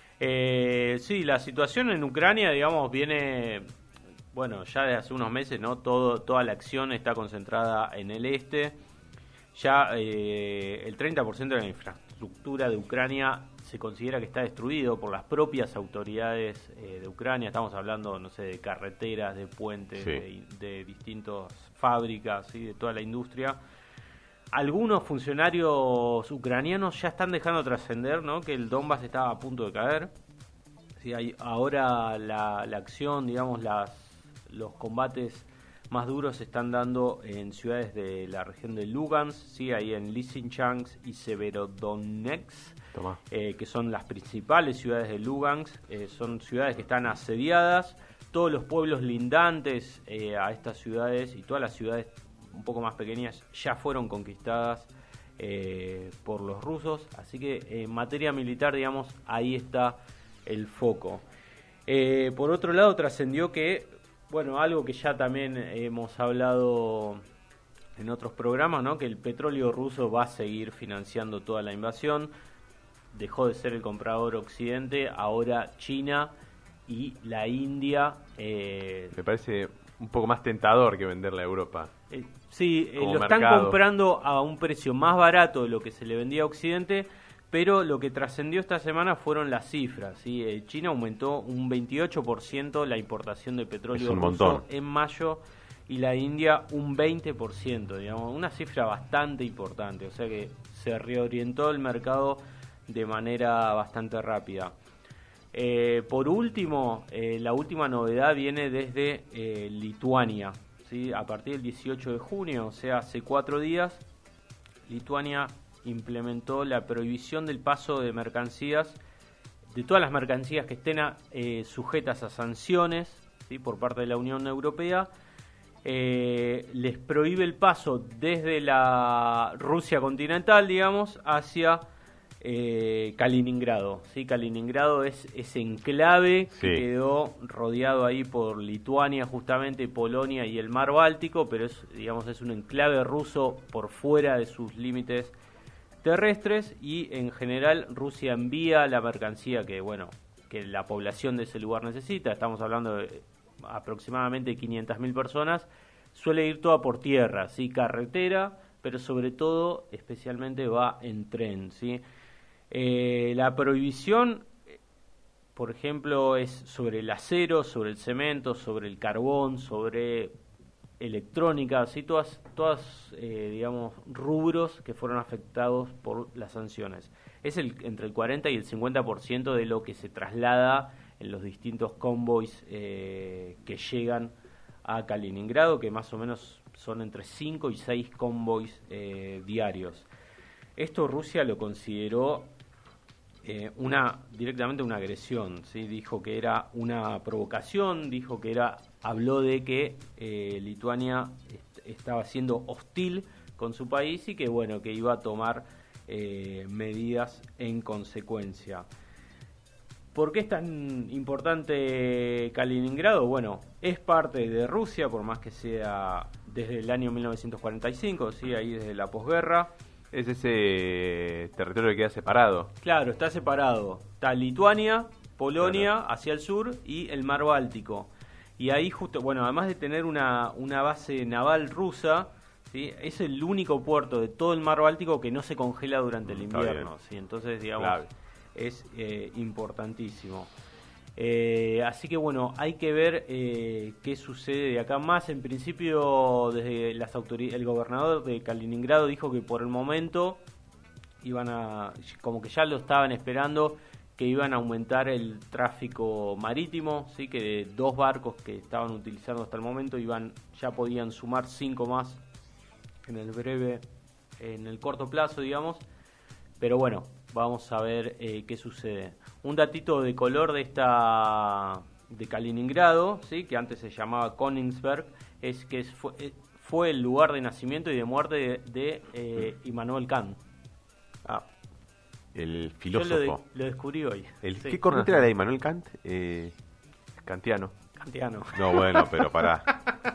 Eh, sí, la situación en Ucrania, digamos, viene, bueno, ya desde hace unos meses, ¿no? Todo, toda la acción está concentrada en el este. Ya eh, el treinta por ciento de la infraestructura de Ucrania se considera que está destruido por las propias autoridades eh, de Ucrania. Estamos hablando, no sé, de carreteras, de puentes, sí. de, de distintas fábricas, ¿sí? De toda la industria. Algunos funcionarios ucranianos ya están dejando trascender, ¿no? Que el Donbass estaba a punto de caer. Sí, hay, ahora la, la acción, digamos, las, los combates más duros se están dando en ciudades de la región de Lugansk, sí, ahí en Lysychansk y Severodonetsk, eh, que son las principales ciudades de Lugansk. Eh, son ciudades que están asediadas. Todos los pueblos lindantes eh, a estas ciudades y todas las ciudades un poco más pequeñas ya fueron conquistadas eh, por los rusos. Así que en materia militar, digamos, ahí está el foco. Eh, por otro lado, trascendió que, bueno, algo que ya también hemos hablado en otros programas, ¿no? Que el petróleo ruso va a seguir financiando toda la invasión. Dejó de ser el comprador Occidente, ahora China y la India. Eh, Me parece un poco más tentador que venderle a Europa. Eh, sí, eh, lo mercado. Están comprando a un precio más barato de lo que se le vendía a Occidente, pero lo que trascendió esta semana fueron las cifras. ¿sí? Eh, China aumentó un veintiocho por ciento la importación de petróleo ruso montón. en mayo y la India un veinte por ciento, digamos, una cifra bastante importante. O sea que se reorientó el mercado de manera bastante rápida. Eh, por último, eh, la última novedad viene desde eh, Lituania. ¿sí? A partir del dieciocho de junio, o sea, hace cuatro días, Lituania implementó la prohibición del paso de mercancías, de todas las mercancías que estén eh, sujetas a sanciones, ¿sí? por parte de la Unión Europea. Eh, les prohíbe el paso desde la Rusia continental, digamos, hacia eh, Kaliningrado. ¿sí? Kaliningrado es ese enclave sí. que quedó rodeado ahí por Lituania, justamente Polonia y el Mar Báltico, pero es, digamos, es un enclave ruso por fuera de sus límites terrestres, y en general Rusia envía la mercancía que, bueno, que la población de ese lugar necesita. Estamos hablando de aproximadamente quinientas mil personas. Suele ir toda por tierra, ¿sí? carretera, pero sobre todo, especialmente va en tren, ¿sí? Eh, la prohibición, por ejemplo, es sobre el acero, sobre el cemento, sobre el carbón, sobre electrónica, ¿sí? todas, todas eh, digamos, rubros que fueron afectados por las sanciones. Es el, entre el cuarenta y el cincuenta por ciento de lo que se traslada en los distintos convoys eh, que llegan a Kaliningrado, que más o menos son entre cinco y seis convoys eh, diarios. Esto Rusia lo consideró eh, una directamente una agresión, ¿sí? Dijo que era una provocación, dijo que era, habló de que eh, Lituania est- estaba siendo hostil con su país y que bueno, que iba a tomar eh, medidas en consecuencia. ¿Por qué es tan importante Kaliningrado? Bueno, es parte de Rusia, por más que sea desde el año mil novecientos cuarenta y cinco, ¿sí? Ahí desde la posguerra. Es ese territorio que queda separado. Claro, está separado. Está Lituania, Polonia, claro, hacia el sur, y el Mar Báltico. Y ahí justo, bueno, además de tener una, una base naval rusa, ¿sí? Es el único puerto de todo el mar Báltico que no se congela durante el invierno, ¿sí? Entonces, digamos, clave. es eh, importantísimo. Eh, así que bueno, hay que ver eh, qué sucede de acá más. En principio, desde las autoridades, el gobernador de Kaliningrado dijo que por el momento iban a, como que ya lo estaban esperando, que iban a aumentar el tráfico marítimo, sí, que de dos barcos que estaban utilizando hasta el momento iban, ya podían sumar cinco más en el breve, en el corto plazo, digamos. Pero bueno, vamos a ver eh, qué sucede. Un datito de color de esta de Kaliningrado, sí, que antes se llamaba Königsberg, es que fue, fue el lugar de nacimiento y de muerte de, de eh, Immanuel Kant. Ah, el filósofo. Yo lo, de, lo descubrí hoy. El, sí. ¿Qué corriente era la de Immanuel Kant? Eh, Kantiano. Kantiano. No, bueno, pero pará.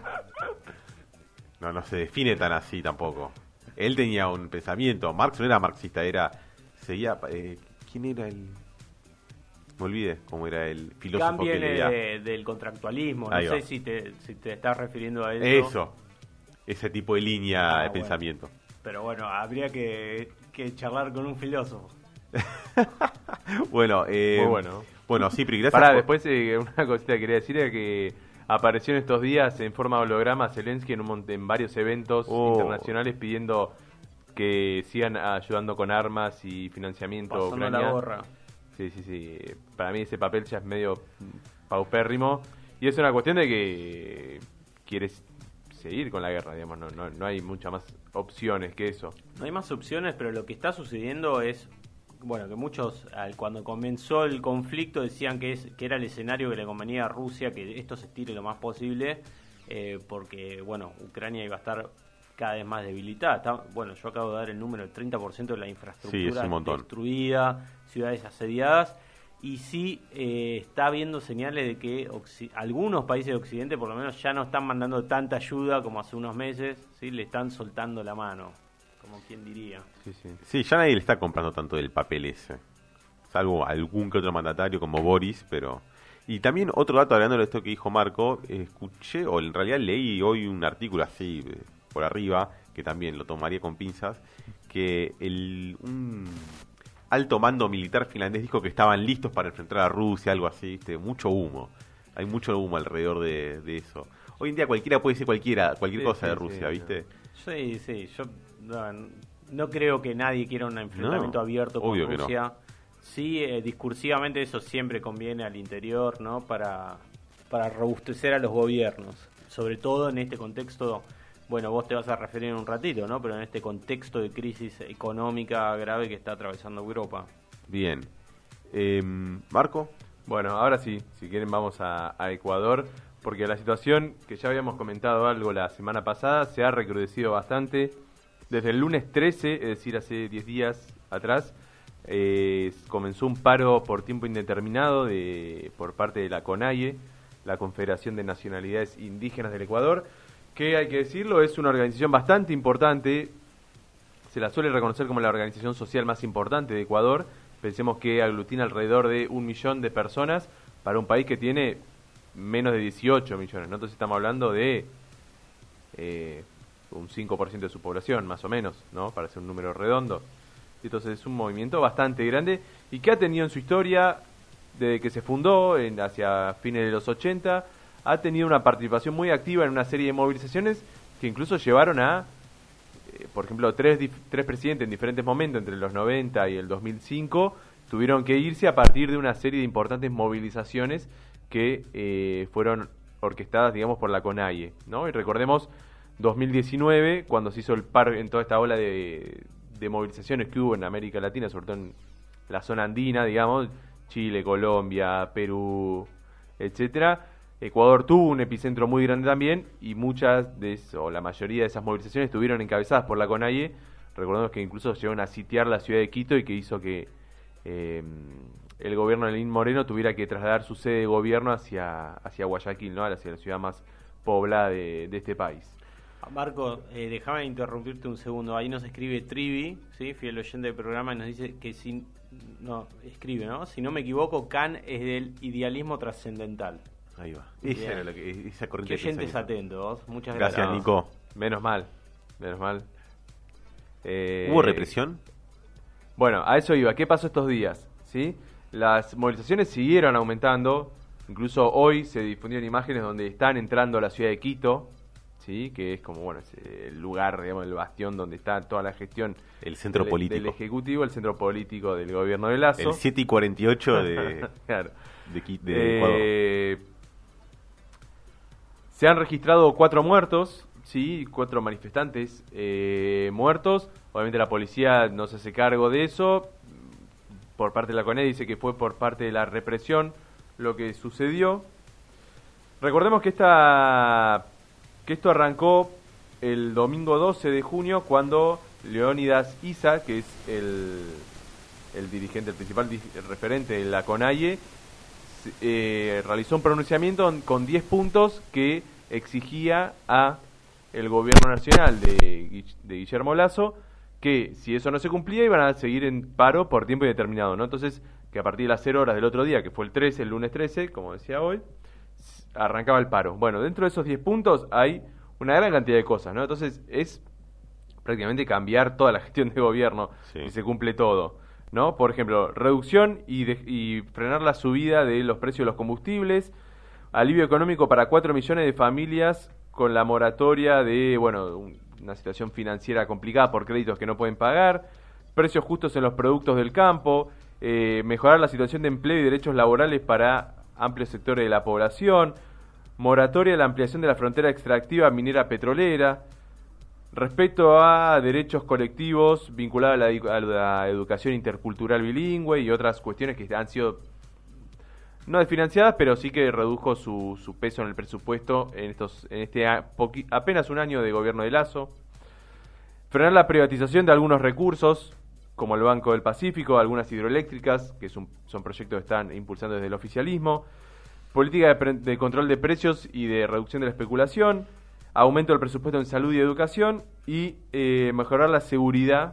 No, no se define tan así tampoco. Él tenía un pensamiento. Marx no era marxista, era... Seguía... Eh, ¿Quién era el...? Me olvidé cómo era el filósofo Kant que viene leía. De, del contractualismo. Ahí no va. sé si te, si te estás refiriendo a eso. Eso. Ese tipo de línea ah, de bueno. pensamiento. Pero bueno, habría que, que charlar con un filósofo. Bueno, eh, muy bueno. Bueno, sí, pero gracias. Pará, por... después eh, una cosita que quería decir era que apareció en estos días en forma de holograma Zelensky en, un mont- en varios eventos Oh. internacionales pidiendo que sigan ayudando con armas y financiamiento a Pasando Ucrania. la gorra. Sí, sí, sí. Para mí ese papel ya es medio paupérrimo y es una cuestión de que quieres seguir con la guerra, digamos, no, no, no hay muchas más opciones que eso. No hay más opciones, pero lo que está sucediendo es, bueno, que muchos al, cuando comenzó el conflicto decían que es que era el escenario que le convenía a Rusia, que esto se estire lo más posible, eh, porque, bueno, Ucrania iba a estar cada vez más debilitada. Está, bueno, yo acabo de dar el número, el treinta por ciento de la infraestructura Sí, es un montón. destruida, ciudades asediadas, y sí eh, está habiendo señales de que Occ- algunos países de Occidente por lo menos ya no están mandando tanta ayuda como hace unos meses, ¿sí? Le están soltando la mano, como quien diría. Sí, sí. Sí, ya nadie le está comprando tanto del papel ese. Salvo algún que otro mandatario como Boris, pero... Y también otro dato, hablando de esto que dijo Marco, eh, escuché, o en realidad leí hoy un artículo así, eh, por arriba, que también lo tomaría con pinzas, que el un alto mando militar finlandés dijo que estaban listos para enfrentar a Rusia, algo así, ¿viste? Mucho humo. Hay mucho humo alrededor de, de eso. Hoy en día cualquiera puede decir cualquiera, cualquier Sí, cosa sí, de Rusia, sí, ¿viste? Sí, sí, yo no, no creo que nadie quiera un enfrentamiento No, abierto con obvio que no. Rusia. Sí, eh, discursivamente eso siempre conviene al interior, ¿no? Para, para robustecer a los gobiernos. Sobre todo en este contexto, bueno, vos te vas a referir en un ratito, ¿no? Pero en este contexto de crisis económica grave que está atravesando Europa. Bien. Eh, Marco. Bueno, ahora sí, si quieren vamos a, a Ecuador, porque la situación, que ya habíamos comentado algo la semana pasada, se ha recrudecido bastante. Desde el lunes trece, es decir, hace diez días atrás, eh, comenzó un paro por tiempo indeterminado de, por parte de la CONAIE, la Confederación de Nacionalidades Indígenas del Ecuador, que hay que decirlo, es una organización bastante importante, se la suele reconocer como la organización social más importante de Ecuador. Pensemos que aglutina alrededor de un millón de personas para un país que tiene menos de dieciocho millones, ¿no? Entonces estamos hablando de eh, un cinco por ciento de su población, más o menos, ¿no? Para ser un número redondo. Entonces es un movimiento bastante grande y que ha tenido en su historia, desde que se fundó en, hacia fines de los ochenta, ha tenido una participación muy activa en una serie de movilizaciones que incluso llevaron a, eh, por ejemplo, tres, dif- tres presidentes en diferentes momentos, entre los noventa y el dos mil cinco, tuvieron que irse a partir de una serie de importantes movilizaciones que eh, fueron orquestadas, digamos, por la CONAIE, ¿no? Y recordemos dos mil diecinueve, cuando se hizo el paro en toda esta ola de, de movilizaciones que hubo en América Latina, sobre todo en la zona andina, digamos, Chile, Colombia, Perú, etcétera. Ecuador tuvo un epicentro muy grande también y muchas de eso, o la mayoría de esas movilizaciones estuvieron encabezadas por la CONAIE. Recordemos que incluso llegaron a sitiar la ciudad de Quito y que hizo que eh, el gobierno de Lenín Moreno tuviera que trasladar su sede de gobierno hacia, hacia Guayaquil, ¿no? Hacia la ciudad más poblada de, de este país. Marco, eh, déjame interrumpirte un segundo. Ahí nos escribe Trivi, ¿sí? Fiel oyente del programa, y nos dice que si no escribe, ¿no? Si no me equivoco, Kant es del idealismo trascendental. Ahí va. Bien. Esa, era la que, esa corriente Qué de oyentes pensamiento. atentos. Muchas Gracias, gracias. Nico. Menos mal, menos mal. Eh, ¿Hubo represión? Bueno, a eso iba. ¿Qué pasó estos días? ¿Sí? Las movilizaciones siguieron aumentando. Incluso hoy se difundieron imágenes donde están entrando a la ciudad de Quito, ¿sí? Que es como, bueno, es el lugar, digamos, el bastión donde está toda la gestión El centro del, político. del Ejecutivo, el centro político del gobierno de Lazo. El siete y cuarenta y ocho de, Claro. de, Qui- de Ecuador. Eh, se han registrado cuatro muertos, sí, cuatro manifestantes eh, muertos. Obviamente la policía no se hace cargo de eso. Por parte de la CONE dice que fue por parte de la represión lo que sucedió. Recordemos que esta que esto arrancó el domingo doce de junio cuando Leónidas Issa, que es el, el dirigente, el principal di- el referente de la CONAIE, eh, realizó un pronunciamiento con diez puntos que exigía a el gobierno nacional de, Gui- de Guillermo Lasso que si eso no se cumplía iban a seguir en paro por tiempo indeterminado, ¿no? Entonces, que a partir de las cero horas del otro día, que fue el trece, el lunes trece, como decía hoy, arrancaba el paro. Bueno, dentro de esos diez puntos hay una gran cantidad de cosas, ¿no? Entonces, es prácticamente cambiar toda la gestión de gobierno Sí. si se cumple todo, ¿no? Por ejemplo, reducción y, de- y frenar la subida de los precios de los combustibles, alivio económico para cuatro millones de familias con la moratoria de, bueno, un- una situación financiera complicada por créditos que no pueden pagar, precios justos en los productos del campo, eh, mejorar la situación de empleo y derechos laborales para amplios sectores de la población, moratoria a la ampliación de la frontera extractiva minera petrolera, respecto a derechos colectivos vinculados a la, edu- a la educación intercultural bilingüe y otras cuestiones que han sido no desfinanciadas, pero sí que redujo su, su peso en el presupuesto en estos en este a- poqui- apenas un año de gobierno de Lasso. Frenar la privatización de algunos recursos, como el Banco del Pacífico, algunas hidroeléctricas, que es un- son proyectos que están impulsando desde el oficialismo. Política de, pre- de control de precios y de reducción de la especulación. Aumento del presupuesto en salud y educación. Y eh, mejorar la seguridad,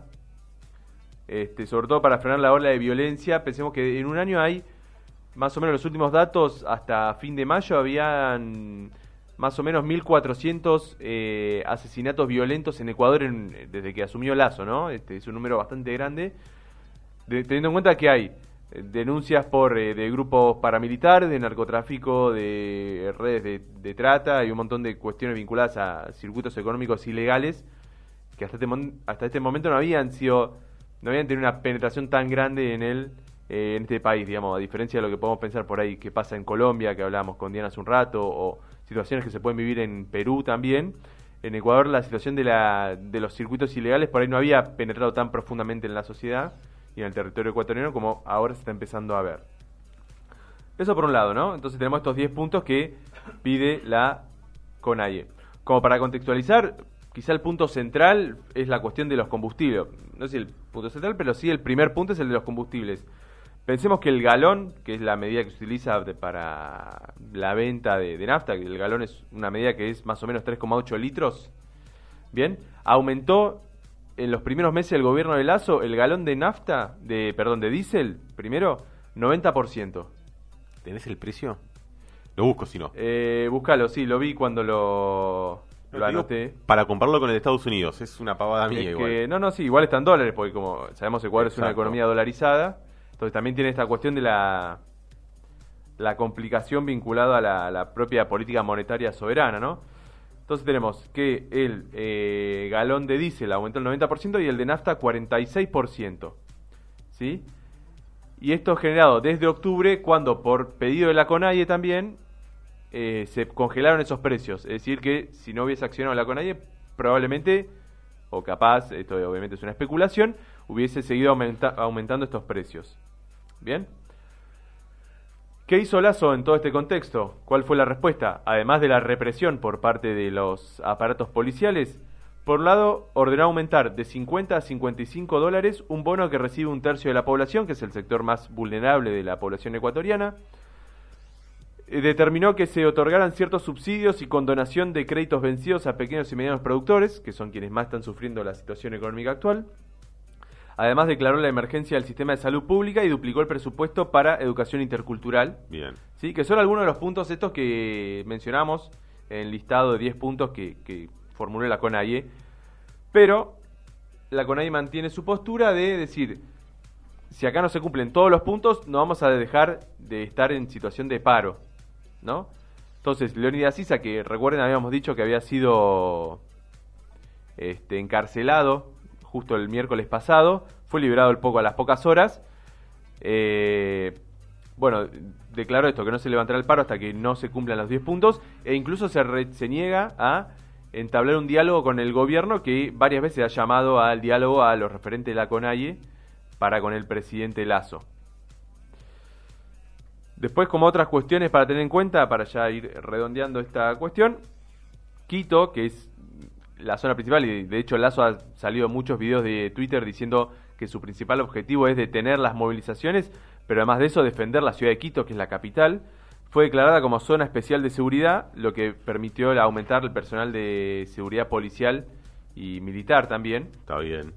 este, sobre todo para frenar la ola de violencia. Pensemos que en un año hay, más o menos los últimos datos, hasta fin de mayo habían más o menos mil cuatrocientos eh, asesinatos violentos en Ecuador en- desde que asumió Lasso, ¿no? Este es un número bastante grande, de- teniendo en cuenta que hay eh, denuncias por eh, de grupos paramilitares, de narcotráfico, de redes de, de trata y un montón de cuestiones vinculadas a circuitos económicos ilegales que hasta este, mon- hasta este momento no habían sido, no habían tenido una penetración tan grande en el eh, en este país, digamos, a diferencia de lo que podemos pensar por ahí que pasa en Colombia, que hablábamos con Diana hace un rato, o situaciones que se pueden vivir en Perú también. En Ecuador la situación de, la, de los circuitos ilegales por ahí no había penetrado tan profundamente en la sociedad y en el territorio ecuatoriano como ahora se está empezando a ver. Eso por un lado, ¿no? Entonces tenemos estos diez puntos que pide la CONAIE. Como para contextualizar, quizá el punto central es la cuestión de los combustibles. No sé si el punto central, pero sí el primer punto es el de los combustibles. Pensemos que el galón, que es la medida que se utiliza de- para la venta de, de nafta, que el galón es una medida que es más o menos tres coma ocho litros, bien, aumentó en los primeros meses del gobierno de Lasso el galón de nafta, de perdón, de diésel, primero, noventa por ciento. ¿Tenés el precio? Lo busco si no. Eh, búscalo, sí, lo vi cuando lo, No, lo te digo, anoté. para compararlo con el de Estados Unidos, es una pavada mía Es igual. que, no, no, sí, igual está en dólares, porque como sabemos Ecuador es una Exacto. economía dolarizada, entonces también tiene esta cuestión de la la complicación vinculada a la, a la propia política monetaria soberana, ¿no? Entonces tenemos que el eh, galón de diésel aumentó el noventa por ciento y el de nafta cuarenta y seis por ciento, ¿sí? Y esto generado desde octubre, cuando por pedido de la CONAIE también eh, se congelaron esos precios. Es decir, que si no hubiese accionado la CONAIE, probablemente, o capaz, esto obviamente es una especulación, hubiese seguido aumenta- aumentando estos precios. ¿Bien? ¿Qué hizo Lasso en todo este contexto? ¿Cuál fue la respuesta? Además de la represión por parte de los aparatos policiales, por un lado, ordenó aumentar de cincuenta a cincuenta y cinco dólares un bono que recibe un tercio de la población, que es el sector más vulnerable de la población ecuatoriana. Eh, Determinó que se otorgaran ciertos subsidios y condonación de créditos vencidos a pequeños y medianos productores, que son quienes más están sufriendo la situación económica actual. Además declaró la emergencia del sistema de salud pública y duplicó el presupuesto para educación intercultural. Bien. Sí, que son algunos de los puntos estos que mencionamos en el listado de diez puntos que, que formuló la CONAIE. Pero la CONAIE mantiene su postura de decir, si acá no se cumplen todos los puntos, no vamos a dejar de estar en situación de paro, ¿no? Entonces, Leónidas Issa, que recuerden habíamos dicho que había sido este, encarcelado justo el miércoles pasado, fue liberado el poco a las pocas horas. Eh, bueno, declaró esto, que no se levantará el paro hasta que no se cumplan los diez puntos, e incluso se, re, se niega a entablar un diálogo con el gobierno, que varias veces ha llamado al diálogo a los referentes de la CONAIE para con el presidente Lasso. Después, como otras cuestiones para tener en cuenta, para ya ir redondeando esta cuestión, Quito, que es la zona principal, y de hecho Lasso ha salido muchos videos de Twitter diciendo que su principal objetivo es detener las movilizaciones, pero además de eso defender la ciudad de Quito, que es la capital, fue declarada como zona especial de seguridad, lo que permitió aumentar el personal de seguridad policial y militar también. Está bien.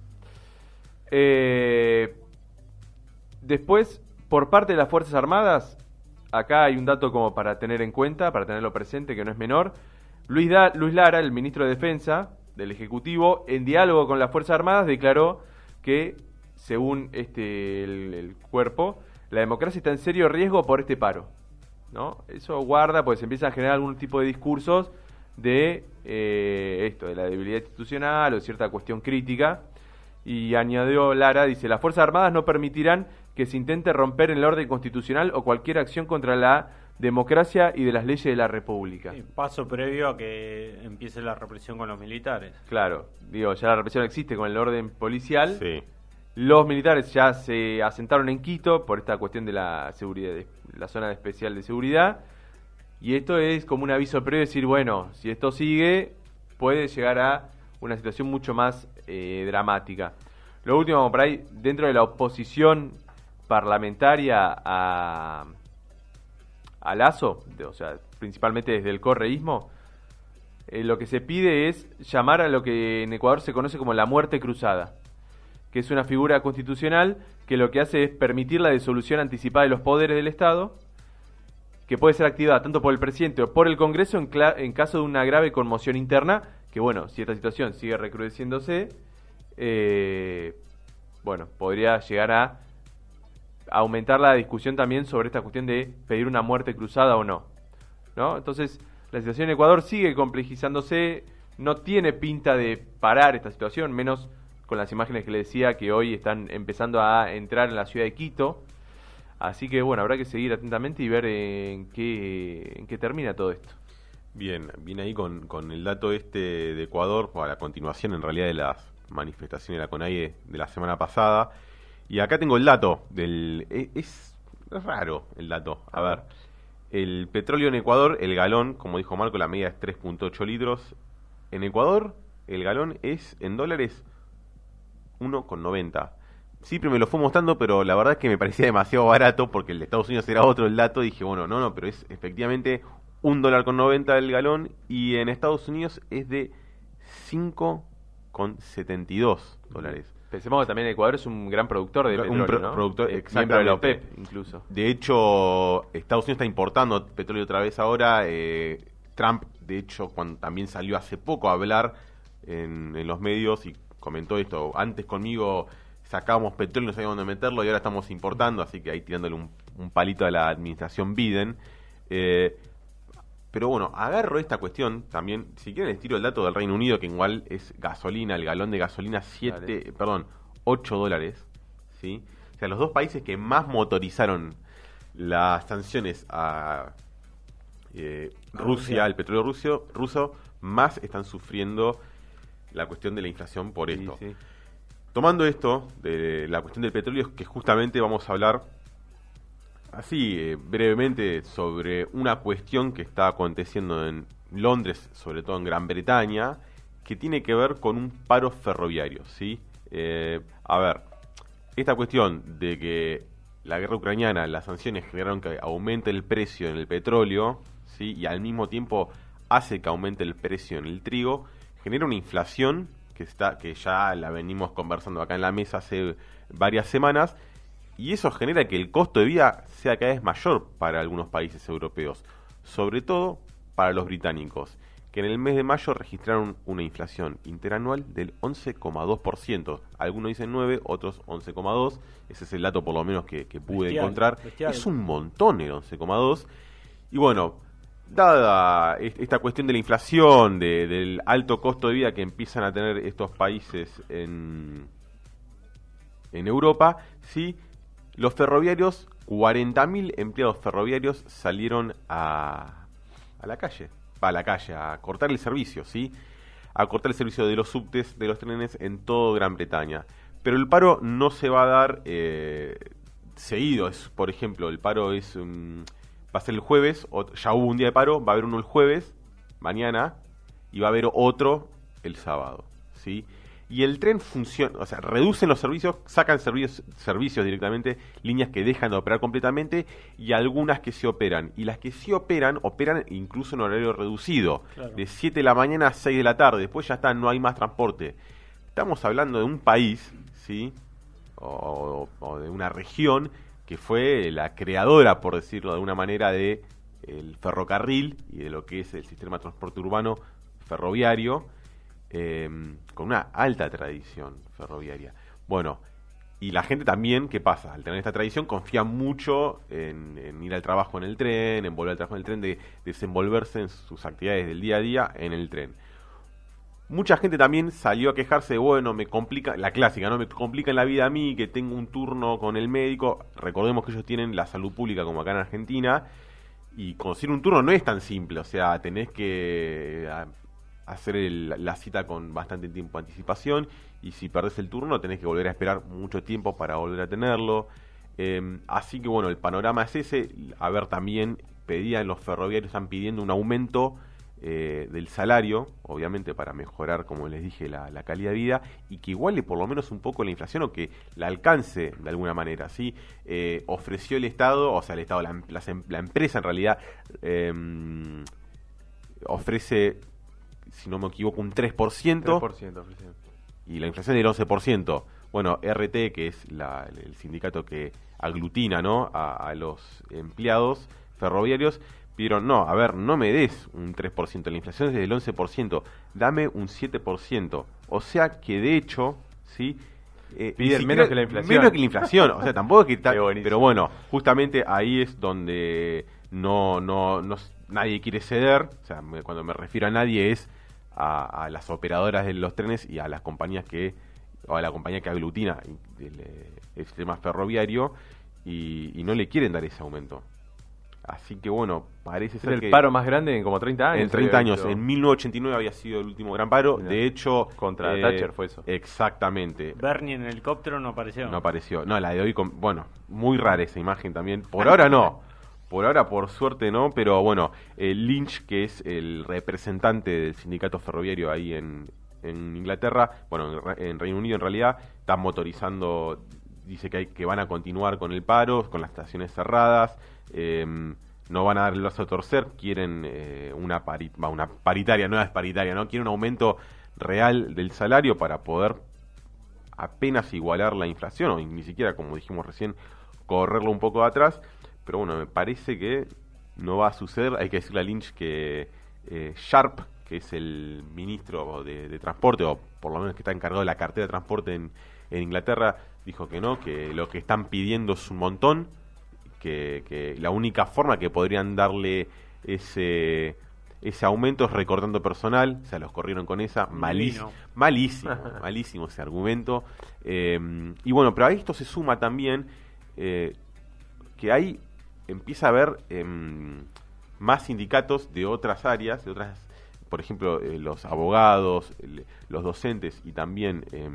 Eh, después, por parte de las Fuerzas Armadas, acá hay un dato como para tener en cuenta, para tenerlo presente, que no es menor. Luis, da, Luis Lara, el ministro de Defensa del Ejecutivo, en diálogo con las Fuerzas Armadas, declaró que, según este el, el cuerpo, la democracia está en serio riesgo por este paro, ¿no? Eso guarda, pues se empiezan a generar algún tipo de discursos de eh, esto, de la debilidad institucional o cierta cuestión crítica. Y añadió Lara, dice, las Fuerzas Armadas no permitirán que se intente romper el orden constitucional o cualquier acción contra la democracia y de las leyes de la República. Sí, paso previo a que empiece la represión con los militares. Claro, digo, ya la represión existe con el orden policial. Sí. Los militares ya se asentaron en Quito por esta cuestión de la seguridad, de la zona especial de seguridad. Y esto es como un aviso previo de decir, bueno, si esto sigue, puede llegar a una situación mucho más eh, dramática. Lo último, por ahí, dentro de la oposición parlamentaria a, a Lasso, de, o sea, principalmente desde el correísmo, eh, lo que se pide es llamar a lo que en Ecuador se conoce como la muerte cruzada, que es una figura constitucional que lo que hace es permitir la disolución anticipada de los poderes del Estado, que puede ser activada tanto por el presidente o por el Congreso en, en caso de una grave conmoción interna, que bueno, si esta situación sigue recrudeciéndose, eh, bueno, podría llegar a aumentar la discusión también sobre esta cuestión de pedir una muerte cruzada o no, ¿no? Entonces, la situación en Ecuador sigue complejizándose, no tiene pinta de parar esta situación, menos con las imágenes que le decía que hoy están empezando a entrar en la ciudad de Quito. Así que bueno, habrá que seguir atentamente y ver en qué, en qué termina todo esto. Bien, viene ahí con, con el dato este de Ecuador, o a la continuación en realidad de las manifestaciones de la CONAIE de la semana pasada. Y acá tengo el dato del... Es, es raro el dato. A ver, el petróleo en Ecuador, el galón, como dijo Marco, la media es tres punto ocho litros. En Ecuador, el galón es, en dólares, uno con noventa. Siempre me lo fue mostrando, pero la verdad es que me parecía demasiado barato, porque el de Estados Unidos era otro el dato, y dije, bueno, no, no, pero es efectivamente un dólar con noventa el galón, y en Estados Unidos es de cinco con setenta y dos dólares. Pensemos que también Ecuador es un gran productor de petróleo, un pro- ¿no? productor, Eh, exactamente. miembro de la OPEP, incluso. De hecho, Estados Unidos está importando petróleo otra vez ahora. Eh, Trump, de hecho, cuando también salió hace poco a hablar en, en los medios y comentó esto. Antes conmigo sacábamos petróleo, no sabíamos dónde meterlo, y ahora estamos importando, así que ahí tirándole un, un palito a la administración Biden. Eh, pero bueno, agarro esta cuestión también. Si quieren les tiro el dato del Reino Unido, que igual es gasolina, el galón de gasolina siete, perdón, ocho dólares, ¿sí? O sea, los dos países que más motorizaron las sanciones a eh, Rusia, el petróleo ruso, ruso, más están sufriendo la cuestión de la inflación por esto. Sí, sí. Tomando esto de la cuestión del petróleo, que justamente vamos a hablar así eh, brevemente sobre una cuestión que está aconteciendo en Londres, sobre todo en Gran Bretaña, que tiene que ver con un paro ferroviario, ¿sí? Eh, a ver, esta cuestión de que la guerra ucraniana, las sanciones generaron que aumente el precio en el petróleo, ¿sí? Y al mismo tiempo hace que aumente el precio en el trigo, genera una inflación que, está, que ya la venimos conversando acá en la mesa hace varias semanas, y eso genera que el costo de vida sea cada vez mayor para algunos países europeos, sobre todo para los británicos, que en el mes de mayo registraron una inflación interanual del once coma dos por ciento. Algunos dicen nueve, otros once coma dos por ciento. Ese es el dato por lo menos que, que pude Bestial, encontrar. bestial. Es un montón el once coma dos por ciento. Y bueno, dada esta cuestión de la inflación, de, del alto costo de vida que empiezan a tener estos países en, en Europa, ¿sí? Los ferroviarios, cuarenta mil empleados ferroviarios salieron a, a la calle, a la calle, a cortar el servicio, ¿sí? A cortar el servicio de los subtes, de los trenes en todo Gran Bretaña. Pero el paro no se va a dar eh, seguido. Es, por ejemplo, el paro es um, va a ser el jueves, o, ya hubo un día de paro, va a haber uno el jueves, mañana, y va a haber otro el sábado, ¿sí? Y el tren funciona, o sea, reducen los servicios, sacan servicios, servicios directamente, líneas que dejan de operar completamente y algunas que se operan. Y las que sí operan, operan incluso en horario reducido, claro. De siete de la mañana a seis de la tarde, después ya está, no hay más transporte. Estamos hablando de un país, ¿sí? O, o de una región que fue la creadora, por decirlo de alguna manera, de el ferrocarril y de lo que es el sistema de transporte urbano ferroviario, Eh, con una alta tradición ferroviaria. Bueno, y la gente también, ¿qué pasa? Al tener esta tradición, confía mucho en, en ir al trabajo en el tren, en volver al trabajo en el tren, de, de desenvolverse en sus actividades del día a día en el tren. Mucha gente también salió a quejarse de, bueno, me complica, la clásica, ¿no? Me complica la vida a mí, que tengo un turno con el médico. Recordemos que ellos tienen la salud pública como acá en Argentina, y conseguir un turno no es tan simple, o sea, tenés que a, hacer el, la cita con bastante tiempo de anticipación, y si perdés el turno tenés que volver a esperar mucho tiempo para volver a tenerlo. Eh, así que bueno, el panorama es ese. A ver, también pedían los ferroviarios, están pidiendo un aumento eh, del salario, obviamente para mejorar, como les dije, la, la calidad de vida, y que iguale por lo menos un poco la inflación, o que la alcance de alguna manera, ¿sí? Eh, ofreció el Estado, o sea, el Estado, la, la, la empresa en realidad eh, ofrece, si no me equivoco, un tres por ciento, tres por ciento y la inflación del once por ciento. Bueno, R T, que es la, el sindicato que aglutina, ¿no?, a, a los empleados ferroviarios, pidieron, no, a ver, no me des un tres por ciento, la inflación es del once por ciento, dame un siete por ciento. O sea que de hecho, ¿sí? Eh, Piden menos que la inflación. Menos que la inflación, o sea, tampoco es que ta- pero bueno, justamente ahí es donde no, no, no nadie quiere ceder. O sea, me, cuando me refiero a nadie es a, a las operadoras de los trenes y a las compañías que, o a la compañía que aglutina el, el sistema ferroviario, y, y no le quieren dar ese aumento. Así que bueno, parece es ser el que... el paro más grande en como treinta años. En treinta años, en mil novecientos ochenta y nueve había sido el último gran paro. Mirá, de hecho... Contra eh, Thatcher fue eso. Exactamente. Bernie en el helicóptero no apareció. No apareció. No, la de hoy, con, bueno, muy rara esa imagen también. Por ahora no. Por ahora, por suerte, no. Pero bueno, eh, Lynch, que es el representante del sindicato ferroviario ahí en, en Inglaterra, bueno, en, en Reino Unido en realidad, está motorizando... Dice que, hay, que van a continuar con el paro, con las estaciones cerradas, eh, no van a dar el brazo a torcer, quieren eh, una, pari, una paritaria, no es paritaria, ¿no? Quieren un aumento real del salario para poder apenas igualar la inflación, o ni siquiera, como dijimos recién, correrlo un poco de atrás. Pero bueno, me parece que no va a suceder. Hay que decirle a Lynch que eh, Sharp, que es el ministro de, de transporte, o por lo menos que está encargado de la cartera de transporte en, en Inglaterra, dijo que no, que lo que están pidiendo es un montón, que, que la única forma que podrían darle ese ese aumento es recortando personal. O sea, los corrieron con esa, malísimo, malísimo, malísimo ese argumento. Eh, y bueno, pero a esto se suma también eh, que hay, empieza a haber eh, más sindicatos de otras áreas, de otras, por ejemplo, eh, los abogados, el, los docentes y también... Eh,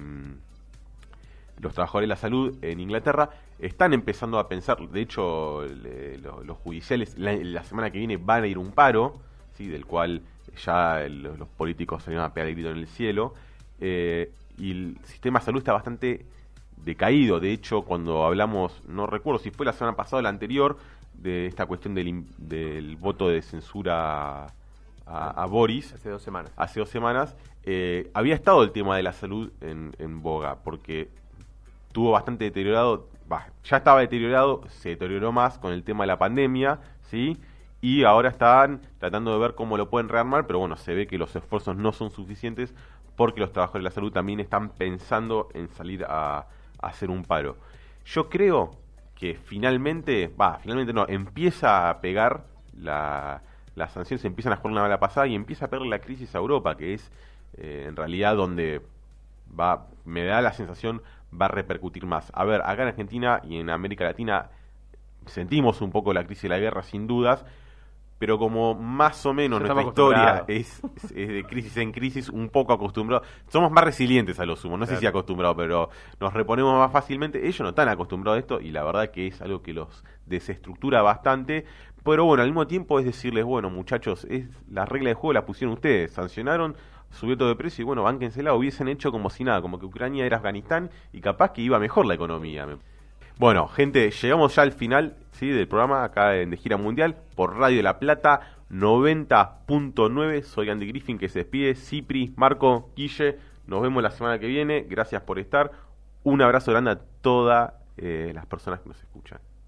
los trabajadores de la salud en Inglaterra están empezando a pensar. De hecho, le, lo, los judiciales la, la semana que viene van a ir a un paro, ¿sí?, del cual ya el, los políticos se van a pegar el grito en el cielo, eh, y el sistema de salud está bastante decaído. De hecho, cuando hablamos, no recuerdo si fue la semana pasada o la anterior, de esta cuestión del, del voto de censura a, a Boris Hace dos semanas. hace dos semanas, eh, había estado el tema de la salud en, en boga, porque tuvo bastante deteriorado, bah, ya estaba deteriorado, se deterioró más con el tema de la pandemia, ¿sí? Y ahora están tratando de ver cómo lo pueden rearmar, pero bueno, se ve que los esfuerzos no son suficientes porque los trabajadores de la salud también están pensando en salir a, a hacer un paro. Yo creo que finalmente, va, finalmente no, empieza a pegar la, las sanciones, empiezan a jugar una mala pasada y empieza a pegar la crisis a Europa, que es eh, en realidad donde va, me da la sensación, va a repercutir más. A ver, acá en Argentina y en América Latina sentimos un poco la crisis de la guerra, sin dudas, pero como más o menos Ya nuestra estamos historia es, es de crisis en crisis, un poco acostumbrados, somos más resilientes a lo sumo, no sé Claro. si acostumbrados, pero nos reponemos más fácilmente. Ellos no están acostumbrados a esto y la verdad que es algo que los desestructura bastante, pero bueno, al mismo tiempo es decirles, bueno muchachos, es la regla de juego la pusieron ustedes, sancionaron, subió todo de precio y bueno, bánquensela, hubiesen hecho como si nada, como que Ucrania era Afganistán y capaz que iba mejor la economía. Bueno, gente, llegamos ya al final, ¿sí?, del programa acá en De Gira Mundial por Radio de La Plata noventa punto nueve. Soy Andy Griffin que se despide. Cipri, Marco, Guille, nos vemos la semana que viene. Gracias por estar. Un abrazo grande a todas eh, las personas que nos escuchan.